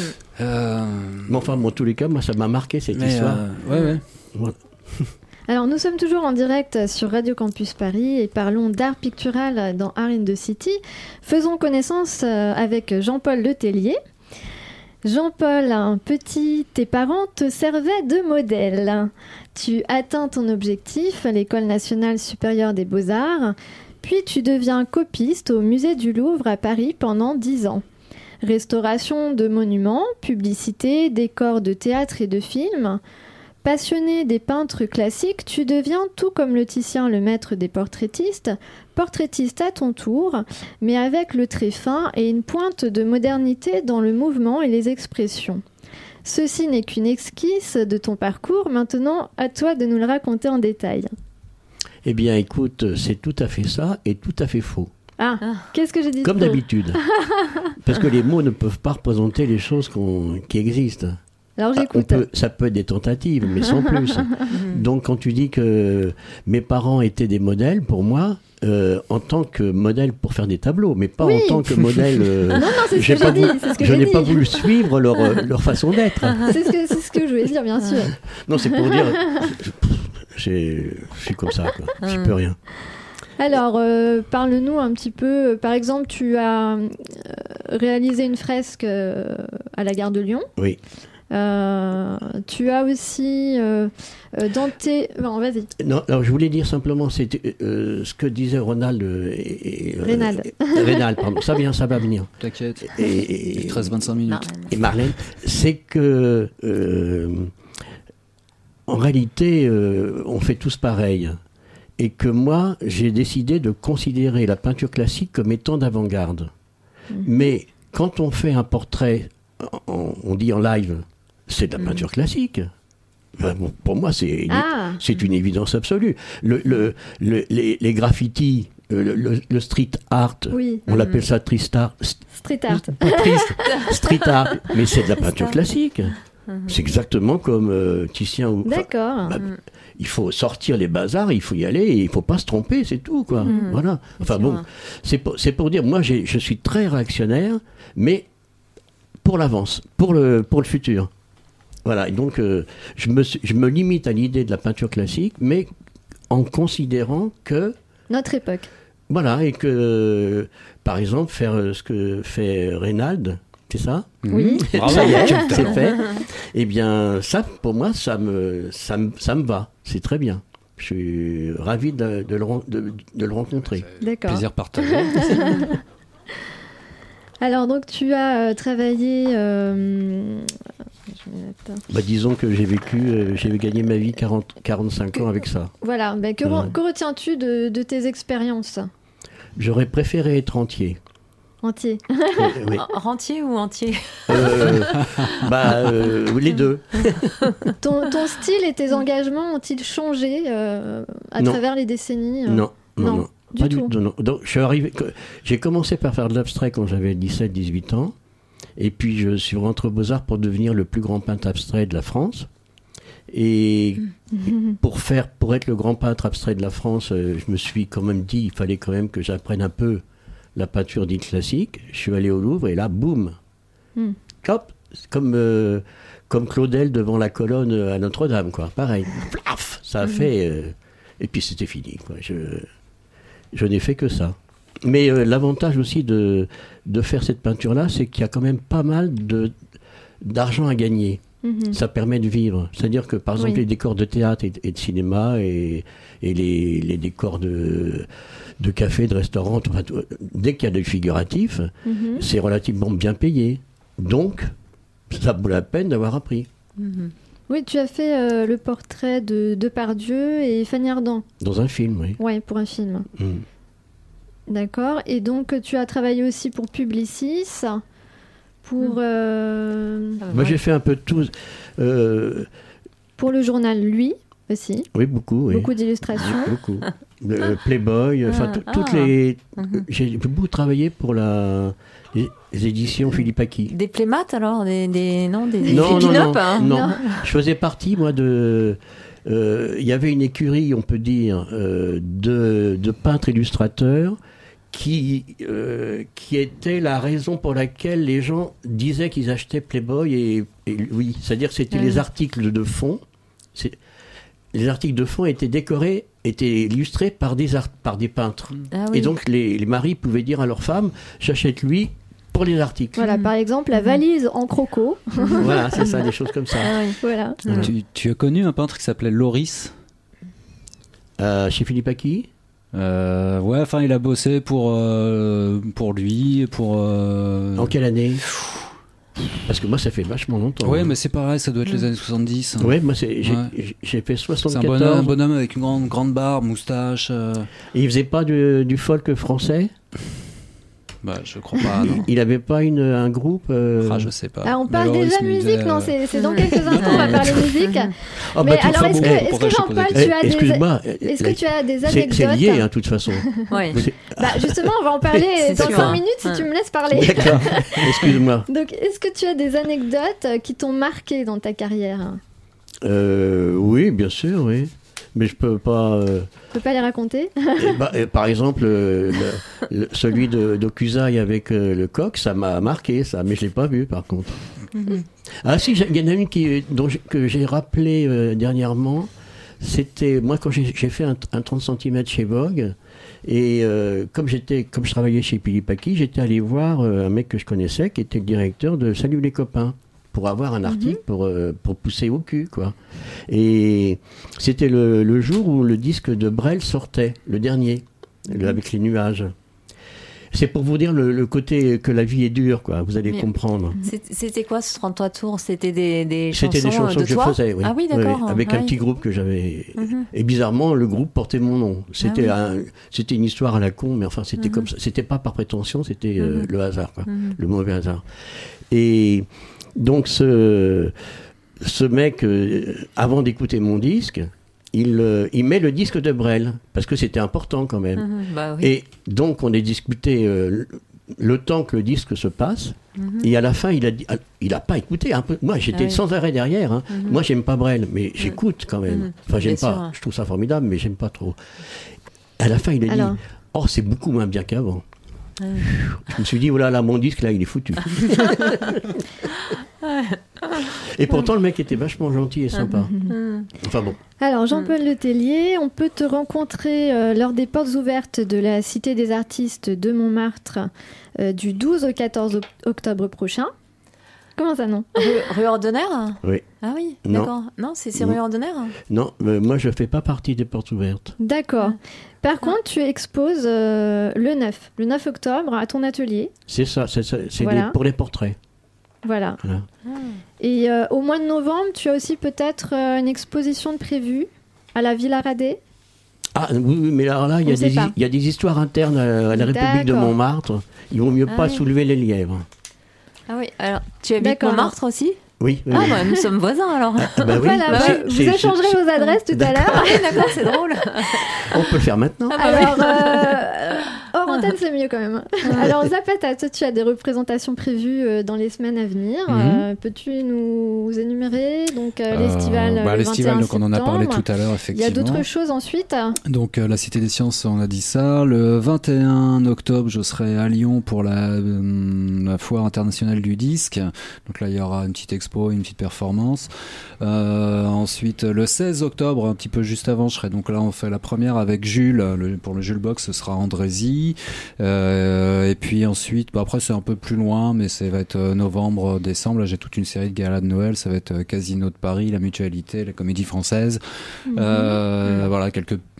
Mais enfin, en tous les cas, moi, ça m'a marqué cette histoire. Ouais. Voilà. Alors, nous sommes toujours en direct sur Radio Campus Paris et parlons d'art pictural dans Art in the City. Faisons connaissance avec Jean-Paul Letellier. Jean-Paul, petit, tes parents te servaient de modèle. Tu atteins ton objectif à l'École nationale supérieure des beaux-arts, puis tu deviens copiste au musée du Louvre à Paris pendant 10 ans. Restauration de monuments, publicité, décors de théâtre et de films. Passionné des peintres classiques, tu deviens, tout comme le Titien, le maître des portraitistes, portraitiste à ton tour, mais avec le trait fin et une pointe de modernité dans le mouvement et les expressions. Ceci n'est qu'une esquisse de ton parcours, maintenant à toi de nous le raconter en détail. Eh bien écoute, c'est tout à fait ça et tout à fait faux. Qu'est-ce que j'ai dit? Comme d'habitude. Parce que les mots ne peuvent pas représenter les choses qui existent. Alors j'écoute. Ça peut être des tentatives, mais sans plus. Donc quand tu dis que mes parents étaient des modèles, pour moi, en tant que modèle pour faire des tableaux, mais pas en tant que modèle... non, c'est ce que j'ai dit. Je n'ai pas voulu suivre leur façon d'être. C'est ce que je voulais dire, bien sûr. Non, c'est pour dire... Je suis comme ça, quoi. J'y peux rien. Alors, parle-nous un petit peu. Par exemple, tu as réalisé une fresque à la gare de Lyon. Oui. Tu as aussi dans tes... Bon, vas-y. Non, alors je voulais dire simplement c'était ce que disait Ronald Rénal, pardon. Ça va venir. T'inquiète. Et 13-25 minutes. Et Marlène, c'est que en réalité, on fait tous pareil. Et que moi, j'ai décidé de considérer la peinture classique comme étant d'avant-garde. Mais quand on fait un portrait, on dit en live, c'est de la peinture classique. Enfin, bon, pour moi, c'est une évidence absolue. Les graffitis, le street art, on l'appelle ça street art. Street art. Street art, mais c'est de la peinture classique. C'est exactement comme Titien ou... D'accord. Il faut sortir les bazars, il faut y aller et il ne faut pas se tromper, c'est tout, quoi. Voilà. Enfin bon, c'est pour dire, moi je suis très réactionnaire, mais pour l'avance, pour le futur. Voilà, et donc je me limite à l'idée de la peinture classique, mais en considérant que... Notre époque. Voilà, et que, par exemple, faire ce que fait Reynald, c'est ça? Oui. Ça y est, c'est fait. Eh bien, ça, pour moi, ça me va. C'est très bien. Je suis ravi de le rencontrer. D'accord. Plaisir partagé. Alors, donc, tu as travaillé... disons que j'ai gagné ma vie 45 ans avec ça. Voilà. Ben, que retiens-tu de tes expériences? J'aurais préféré être entier. Entier. Oui. Rentier ou entier? Les deux. Ton style et tes engagements ont-ils changé à travers les décennies? Non. Du tout. Non. Donc, j'ai commencé par faire de l'abstrait quand j'avais 17-18 ans. Et puis, je suis rentré aux Beaux-Arts pour devenir le plus grand peintre abstrait de la France. Et pour être le grand peintre abstrait de la France, je me suis quand même dit, il fallait quand même que j'apprenne un peu la peinture dite classique. Je suis allé au Louvre et là, boum, hop, comme Claudel devant la colonne à Notre-Dame, quoi. Pareil, plaf, ça a fait... et puis c'était fini, quoi. Je n'ai fait que ça. Mais l'avantage aussi de faire cette peinture-là, c'est qu'il y a quand même pas mal d'argent à gagner. Ça permet de vivre. C'est-à-dire que, par exemple, les décors de théâtre et de cinéma et les décors de café, de restaurant, enfin, dès qu'il y a du figuratif, c'est relativement bien payé. Donc, ça vaut la peine d'avoir appris. Oui, tu as fait le portrait de Depardieu et Fanny Ardant. Dans un film, oui. Oui, pour un film. D'accord. Et donc, tu as travaillé aussi pour Publicis, pour... Moi, j'ai fait un peu de tout. Pour le journal Lui, aussi. Oui, beaucoup. Oui. Beaucoup d'illustrations. Beaucoup. Playboy, toutes les... J'ai beaucoup travaillé pour les éditions Philippe Aki. Des playmates alors des non, pin-up, non. Je faisais partie, moi, de... Il y avait une écurie, on peut dire, de peintres illustrateurs qui était la raison pour laquelle les gens disaient qu'ils achetaient Playboy et oui, c'est-à-dire que c'était les articles de fond. Les articles de fond étaient décorés, étaient illustrés par des peintres. Et donc les maris pouvaient dire à leur femme, j'achète lui pour les articles. Voilà, par exemple la valise en croco. Voilà, c'est ça, des choses comme ça. Voilà. Tu as connu un peintre qui s'appelait Loris chez Philippe Aki. Ouais, enfin il a bossé pour lui, pour... En quelle année? Parce que moi ça fait vachement longtemps. Ouais, mais c'est pareil, ça doit être les années 70. Ouais, moi j'ai fait 74. C'est un bonhomme avec une grande barbe, moustache. Et il faisait pas du folk français? Bah, je crois pas, non. Il avait pas un groupe je sais pas. Ah, on parle déjà musique, non, c'est dans quelques instants, on va parler musique. Mais alors, est-ce que Jean-Paul, est-ce que tu as des anecdotes? C'est lié, de toute façon. Ouais. Bah, justement, on va en parler dans 5 minutes si tu me laisses parler. D'accord, excuse-moi. Donc, est-ce que tu as des anecdotes qui t'ont marqué dans ta carrière? Oui, bien sûr, oui. Mais je peux pas... Tu peux pas les raconter? Par exemple, celui d'Okusai avec le coq, ça m'a marqué, ça, mais je l'ai pas vu, par contre. Ah si, il y en a une que j'ai rappelé dernièrement. C'était, moi, quand j'ai fait un 30 cm chez Vogue, et comme je travaillais chez Philippe Aki, j'étais allé voir un mec que je connaissais, qui était le directeur de Salut les copains, pour avoir un article pour pousser au cul, quoi. Et c'était le jour où le disque de Brel sortait, le dernier, avec les nuages. C'est pour vous dire le côté que la vie est dure, quoi. Vous allez comprendre. C'était quoi ce 33 tours? C'était des chansons C'était des chansons de que toi? je faisais, oui. Ah oui, d'accord. Oui, avec un petit groupe que j'avais. Et bizarrement, le groupe portait mon nom. C'était c'était une histoire à la con, mais enfin, c'était comme ça. C'était pas par prétention, c'était le hasard, quoi. Le mauvais hasard. Et donc, ce mec, avant d'écouter mon disque, il met le disque de Brel, parce que c'était important quand même. Bah oui. Et donc, on a discuté le temps que le disque se passe, et à la fin, il a pas écouté. Un peu. Moi, j'étais sans arrêt derrière. Moi, j'aime pas Brel, mais j'écoute quand même. Enfin, j'aime pas. Sûr. Je trouve ça formidable, mais j'aime pas trop. À la fin, il a dit « Oh, c'est beaucoup moins bien qu'avant. » Je me suis dit, oh là, mon disque, là, il est foutu. Et pourtant, le mec était vachement gentil et sympa. Enfin bon. Alors, Jean-Paul Letellier, on peut te rencontrer lors des portes ouvertes de la Cité des Artistes de Montmartre du 12 au 14 octobre prochain. Comment ça, non? Rue Ordener? Oui. Ah oui, d'accord. Non, c'est rue Ordener? Non, moi, je ne fais pas partie des portes ouvertes. D'accord. Par contre, tu exposes le 9 octobre à ton atelier. C'est ça, c'est voilà. Pour les portraits. Voilà. Et au mois de novembre, tu as aussi peut-être une exposition de prévue à la Villa Radet. Ah oui, mais alors là, il y a des histoires internes à la République de Montmartre. Il vaut mieux pas soulever les lièvres. Ah oui, alors tu habites Montmartre aussi? Oui. Ah bah nous sommes voisins alors. Bah oui, voilà, vous échangerez vos adresses tout à l'heure. D'accord, c'est drôle. On peut le faire maintenant. Alors, hors antenne, c'est mieux quand même. Alors Zapata, toi, tu as des représentations prévues dans les semaines à venir. Peux-tu nous énumérer donc l'estival le 21 l'estival, donc on en a parlé tout à l'heure, effectivement. Il y a d'autres choses ensuite. Donc la Cité des Sciences, on a dit ça. Le 21 octobre, je serai à Lyon pour la foire internationale du disque. Donc là, il y aura une petite expo, une petite performance. Ensuite, le 16 octobre, un petit peu juste avant, je serai donc là, on fait la première avec Jules. Pour le Jules Box, ce sera Andrézy. Et puis ensuite, après c'est un peu plus loin, mais ça va être novembre, décembre. Là, j'ai toute une série de galas de Noël. Ça va être Casino de Paris, la Mutualité, la Comédie Française. Voilà, quelques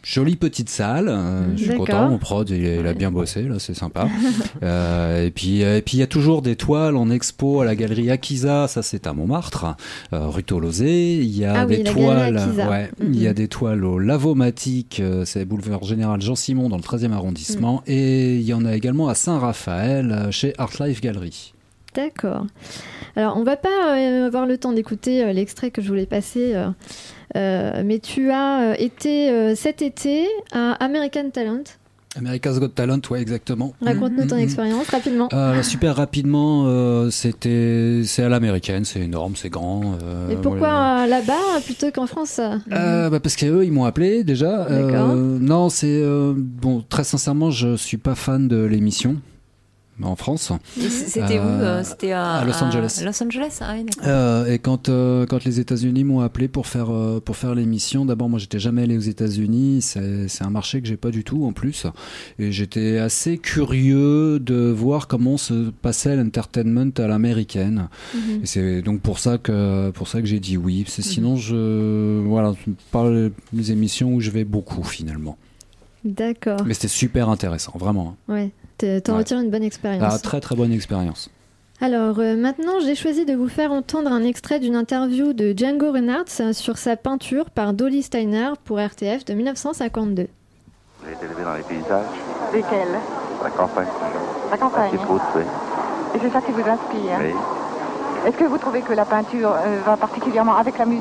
jolie petite salle, je suis content, mon prod il a bien bossé, là c'est sympa. Et puis il y a toujours des toiles en expo à la galerie Akiza, ça c'est à Montmartre, rue Tolosé. Il y a des toiles, il y a des toiles au Lavomatique, c'est boulevard Général Jean Simon dans le 13e arrondissement, et il y en a également à Saint-Raphaël chez Art Life Gallery. D'accord. Alors on va pas avoir le temps d'écouter l'extrait que je voulais passer. Mais tu as été cet été à American Talent. America's Got Talent, ouais, exactement. Raconte-nous ton expérience rapidement. Super rapidement, c'est à l'américaine, c'est énorme, c'est grand. Et pourquoi là-bas plutôt qu'en France? Parce qu'eux, ils m'ont appelé déjà. D'accord. Non, c'est bon. Très sincèrement, je suis pas fan de l'émission. En France. C'était où C'était à Los Angeles. Los Angeles, ah oui, d'accord. Et quand les États-Unis m'ont appelé pour faire l'émission, d'abord moi j'étais jamais allé aux États-Unis, c'est un marché que j'ai pas du tout en plus, et j'étais assez curieux de voir comment se passait l'entertainment à l'américaine. Et c'est donc pour ça que j'ai dit oui. C'est sinon c'est pas les émissions où je vais beaucoup finalement. D'accord. Mais c'était super intéressant, vraiment. Ouais. T'en retires une bonne expérience. Très très bonne expérience. Alors maintenant, j'ai choisi de vous faire entendre un extrait d'une interview de Django Reinhardt sur sa peinture par Dolly Steiner pour RTF de 1952. Vous avez été élevé dans les paysages? Lesquels? La campagne. La campagne. La petite route, oui. Et c'est ça qui vous inspire? Oui. Est-ce que vous trouvez que la peinture va particulièrement avec la musique?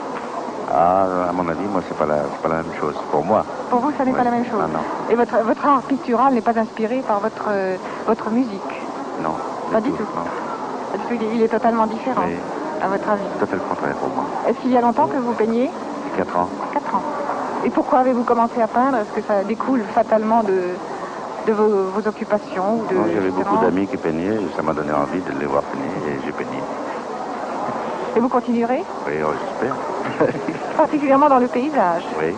À mon avis, moi, c'est pas la même chose. Pour moi. Pour vous, ça n'est pas la même chose? Ah, non. Et votre art pictural n'est pas inspiré par votre musique? Non. Pas du tout. Non. Parce qu'il est totalement différent, oui. À votre avis? Tout à fait le contraire pour moi. Est-ce qu'il y a longtemps que vous peignez? 4 ans. 4 ans. Et pourquoi avez-vous commencé à peindre? Est-ce que ça découle fatalement de vos occupations ou de... Non, j'avais beaucoup d'amis qui peignaient et ça m'a donné envie de les voir peigner et j'ai peigné. Et vous continuerez? Oui, j'espère. Particulièrement dans le paysage. Oui.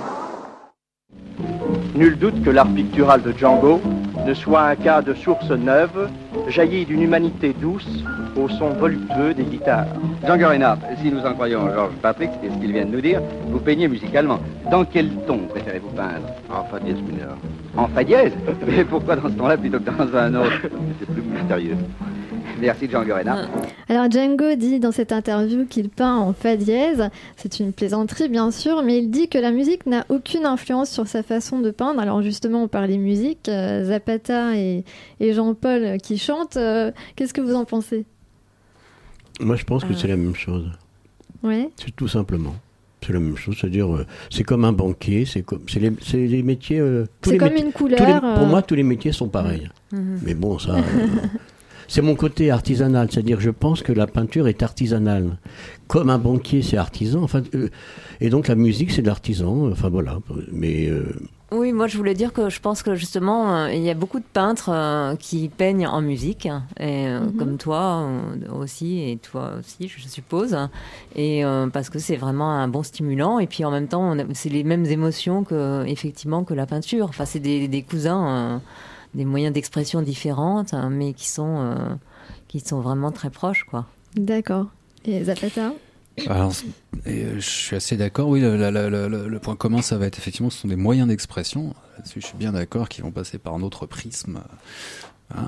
Nul doute que l'art pictural de Django ne soit un cas de source neuve, jaillie d'une humanité douce au son voluptueux des guitares. Django Reinhardt, si nous en croyons Georges Patrick et ce qu'il vient de nous dire, vous peignez musicalement. Dans quel ton préférez-vous peindre? En fa dièse mineur. En fa dièse? Mais pourquoi dans ce ton-là plutôt que dans un autre? C'est plus mystérieux. Merci Django Reinhardt. Alors Django dit dans cette interview qu'il peint en fa dièse. C'est une plaisanterie bien sûr, mais il dit que la musique n'a aucune influence sur sa façon de peindre. Alors justement on parlait musique, Zapata et Jean-Paul qui chantent. Qu'est-ce que vous en pensez? Moi je pense que c'est la même chose. Ouais. C'est tout simplement. C'est la même chose, c'est-à-dire c'est comme un banquier, c'est les métiers. C'est comme une couleur. Pour moi tous les métiers sont pareils. Mais bon ça. C'est mon côté artisanal, c'est-à-dire je pense que la peinture est artisanale. Comme un banquier, c'est artisan. Et donc la musique, c'est de l'artisan. Enfin voilà. Mais oui, moi je voulais dire que je pense que justement, il y a beaucoup de peintres qui peignent en musique, et, comme toi aussi, et toi aussi, je suppose. Et parce que c'est vraiment un bon stimulant. Et puis en même temps, c'est les mêmes émotions effectivement que la peinture. Enfin, c'est des cousins. Des moyens d'expression différentes, mais qui sont vraiment très proches, quoi. D'accord. Et Zapata? Alors, je suis assez d'accord. Oui, le point commun, ça va être effectivement, ce sont des moyens d'expression. Là-dessus, je suis bien d'accord, qui vont passer par un autre prisme. Hein.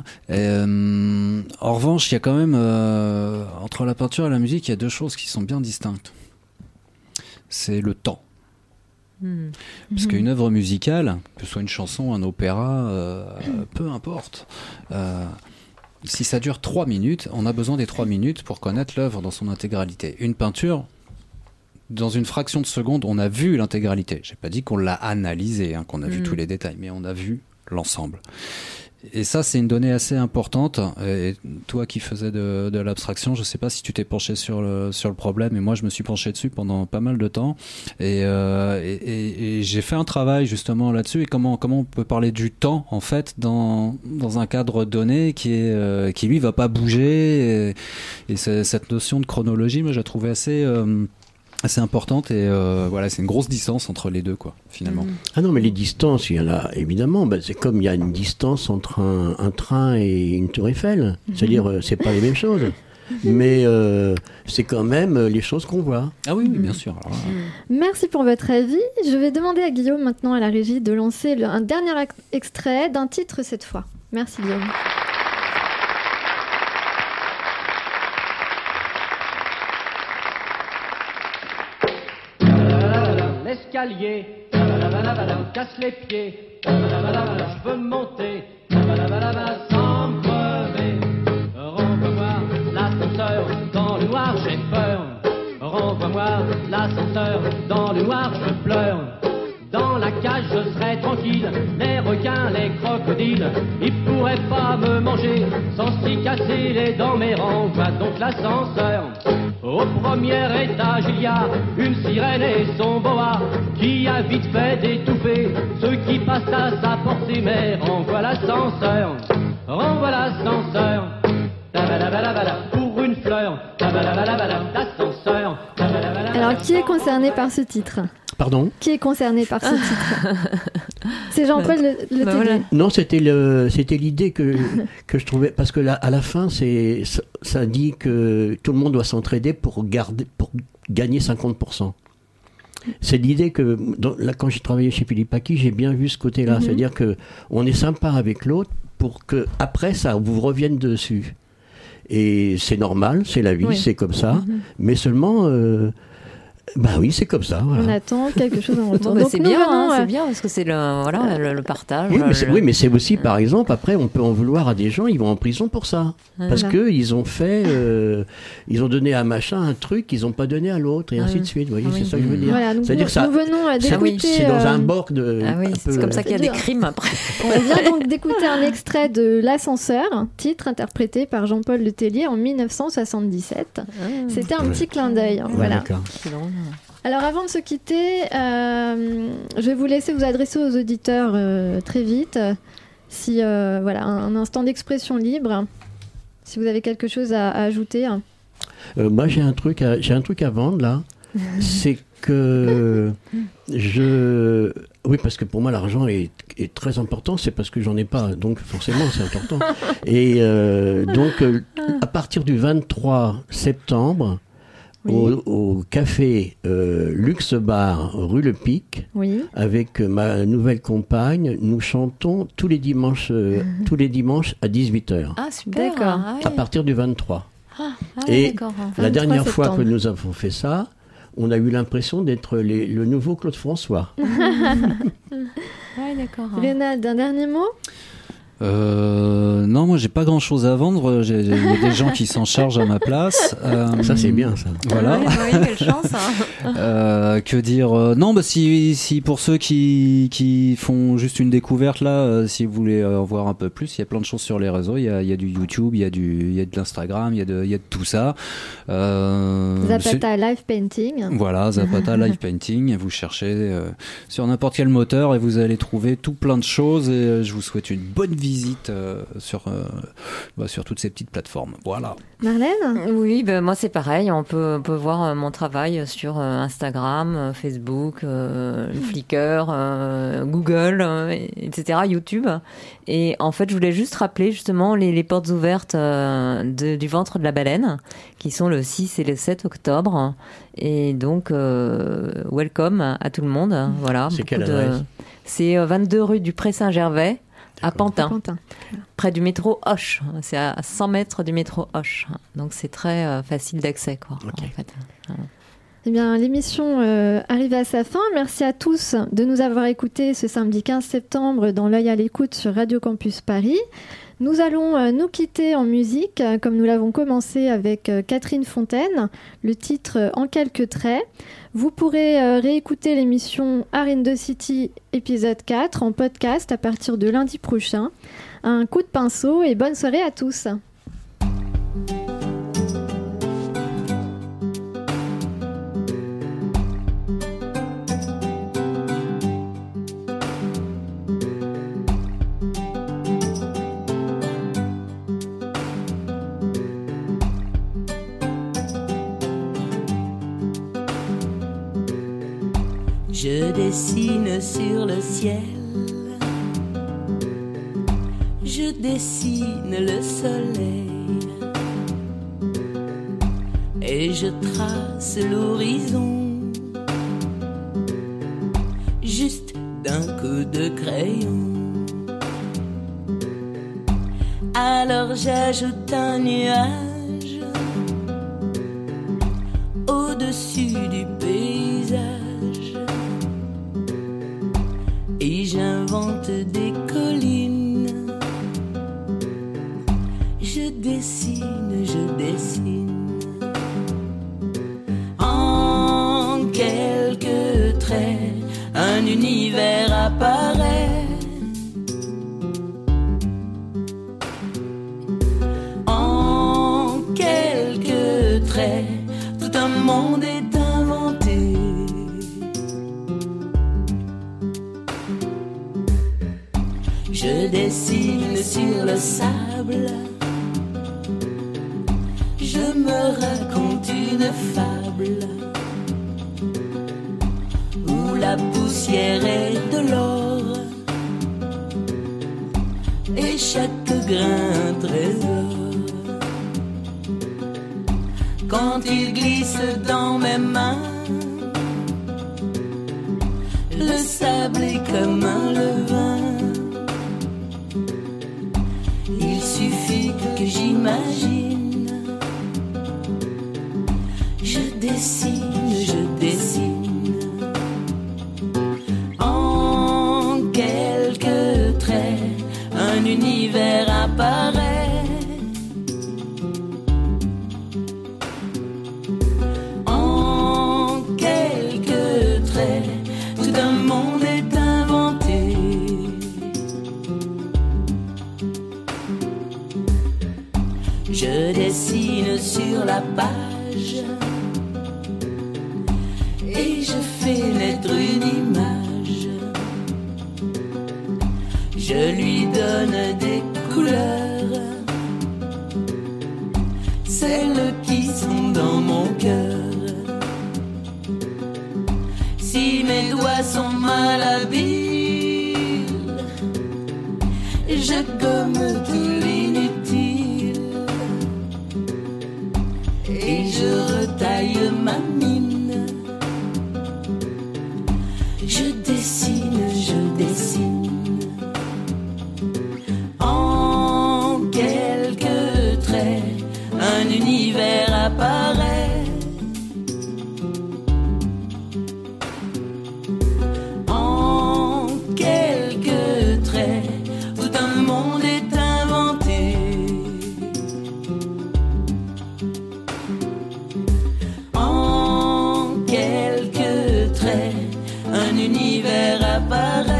En revanche, il y a quand même entre la peinture et la musique, il y a deux choses qui sont bien distinctes. C'est le temps. Parce qu'une œuvre musicale, que ce soit une chanson, un opéra, peu importe, si ça dure 3 minutes, on a besoin des 3 minutes pour connaître l'œuvre dans son intégralité. Une peinture, dans une fraction de seconde, on a vu l'intégralité. J'ai pas dit qu'on l'a analysé, qu'on a vu tous les détails, mais on a vu l'ensemble. Et ça, c'est une donnée assez importante. Et toi qui faisais de l'abstraction, je sais pas si tu t'es penché sur le problème, mais moi je me suis penché dessus pendant pas mal de temps. Et j'ai fait un travail justement là-dessus. Et comment on peut parler du temps en fait dans un cadre donné qui lui va pas bouger. Et cette notion de chronologie, moi, je la trouvais assez importante et voilà, c'est une grosse distance entre les deux, quoi, finalement. Ah non, mais les distances, il y en a évidemment. C'est comme il y a une distance entre un train et une tour Eiffel. C'est-à-dire, c'est pas les mêmes choses. mais c'est quand même les choses qu'on voit. Ah oui, bien sûr. Alors, Merci pour votre avis. Je vais demander à Guillaume maintenant à la régie de lancer un dernier extrait d'un titre cette fois. Merci Guillaume. L'escalier, casse les pieds, je veux monter, sans me crever. Renvoie-moi l'ascenseur dans le noir, j'ai peur. Renvoie-moi l'ascenseur dans le noir, je pleure. Dans la cage, je serai tranquille, les requins, les crocodiles, ils pourraient pas me manger sans s'y casser les dents, mais renvoie donc l'ascenseur. Au premier étage, il y a une sirène et son boa qui a vite fait d'étouffer ceux qui passent à sa portée, mais renvoie l'ascenseur, renvoie l'ascenseur. Pour une fleur, l'ascenseur. Alors, qui est concerné par ce titre ? Pardon ? Qui est concerné par ce titre ? C'est Jean-Paul Le Tellier. Non, c'était l'idée que je trouvais, parce que là, à la fin, ça dit que tout le monde doit s'entraider pour gagner 50%. C'est l'idée que, là, quand j'ai travaillé chez Philippe Aki, j'ai bien vu ce côté-là. C'est-à-dire qu'on est sympa avec l'autre pour que après ça vous revienne dessus. Et c'est normal, c'est la vie, c'est comme ça. Mais seulement, bah oui, c'est comme ça. Voilà. On attend quelque chose en retour. Donc c'est bien, c'est bien parce que c'est le partage. Oui, mais c'est aussi, par exemple, après, on peut en vouloir à des gens, ils vont en prison pour ça. Parce qu'ils ont fait, ils ont donné à machin un truc qu'ils n'ont pas donné à l'autre, et ainsi de suite. Vous voyez, c'est ça que je veux dire. Voilà, donc c'est-à-dire nous venons d'écouter... C'est dans un bord de... c'est comme ça qu'il y a des crimes après. On vient donc d'écouter un extrait de L'Ascenseur, titre interprété par Jean-Paul Le Tellier en 1977. C'était un petit clin d'œil. Voilà. D'accord. Alors avant de se quitter, je vais vous laisser vous adresser aux auditeurs très vite. Si voilà, un instant d'expression libre. Si vous avez quelque chose à ajouter. Moi j'ai un truc à vendre là. C'est que oui, parce que pour moi l'argent est très important. C'est parce que j'en ai pas, donc forcément c'est important. Et donc à partir du 23 septembre. Au café Luxe Bar rue Le Pic, avec ma nouvelle compagne, nous chantons tous les dimanches à 18h. Ah, super. D'accord. À partir du 23. Et la dernière fois que nous avons fait ça, on a eu l'impression d'être le nouveau Claude François. D'accord. Rénald, un dernier mot ? Non, moi j'ai pas grand chose à vendre. Il y a des gens qui s'en chargent à ma place. Ça c'est bien ça. Voilà. Quelle chance. Que dire non, bah si pour ceux qui font juste une découverte là, si vous voulez en voir un peu plus, il y a plein de choses sur les réseaux. Il y a du YouTube, il y a de l'Instagram, il y a de tout ça. Zapata Live Painting. Voilà, Zapata Live Painting. Vous cherchez sur n'importe quel moteur et vous allez trouver tout plein de choses. Et je vous souhaite une bonne visite sur toutes ces petites plateformes. Voilà. Marlène ? Oui, moi c'est pareil. On peut voir mon travail sur Instagram, Facebook, Flickr, Google, etc., YouTube. Et en fait, je voulais juste rappeler justement les portes ouvertes du ventre de la baleine, qui sont le 6 et le 7 octobre. Et donc, welcome à tout le monde. Voilà. C'est quelle adresse ? C'est 22 rue du Pré-Saint-Gervais. À Pantin, près du métro Hoche. C'est à 100 mètres du métro Hoche. Donc c'est très facile d'accès, quoi. Okay. En fait. Eh bien, l'émission arrive à sa fin. Merci à tous de nous avoir écoutés ce samedi 15 septembre dans l'œil à l'écoute sur Radio Campus Paris. Nous allons nous quitter en musique, comme nous l'avons commencé avec Catherine Fontaine, le titre En quelques traits. Vous pourrez réécouter l'émission Art in the City épisode 4 en podcast à partir de lundi prochain. Un coup de pinceau et bonne soirée à tous. Je dessine sur le ciel, je dessine le soleil, et je trace l'horizon juste d'un coup de crayon. Alors j'ajoute un nuage au-dessus du paysage et j'invente des collines. Je dessine, en quelques traits un univers apparaît. En quelques traits tout un monde est inventé. Je dessine sur le sable, je me raconte une fable où la poussière est de l'or et chaque grain un trésor. Quand il glisse dans mes mains, le sable est comme un levain. Il suffit que j'imagine. Je dessine. En quelques traits, un univers apparaît. En quelques traits, tout un monde est inventé. Je dessine sur la page et je fais naître une image. Je lui donne des couleurs, celles qui sont dans mon cœur. Si mes doigts sont malhabiles, je gomme tout l'inutile et je retaille ma mine. Je dessine. En quelques traits, un univers apparaît. En quelques traits, tout un monde est inventé. En quelques traits, un univers apparaît.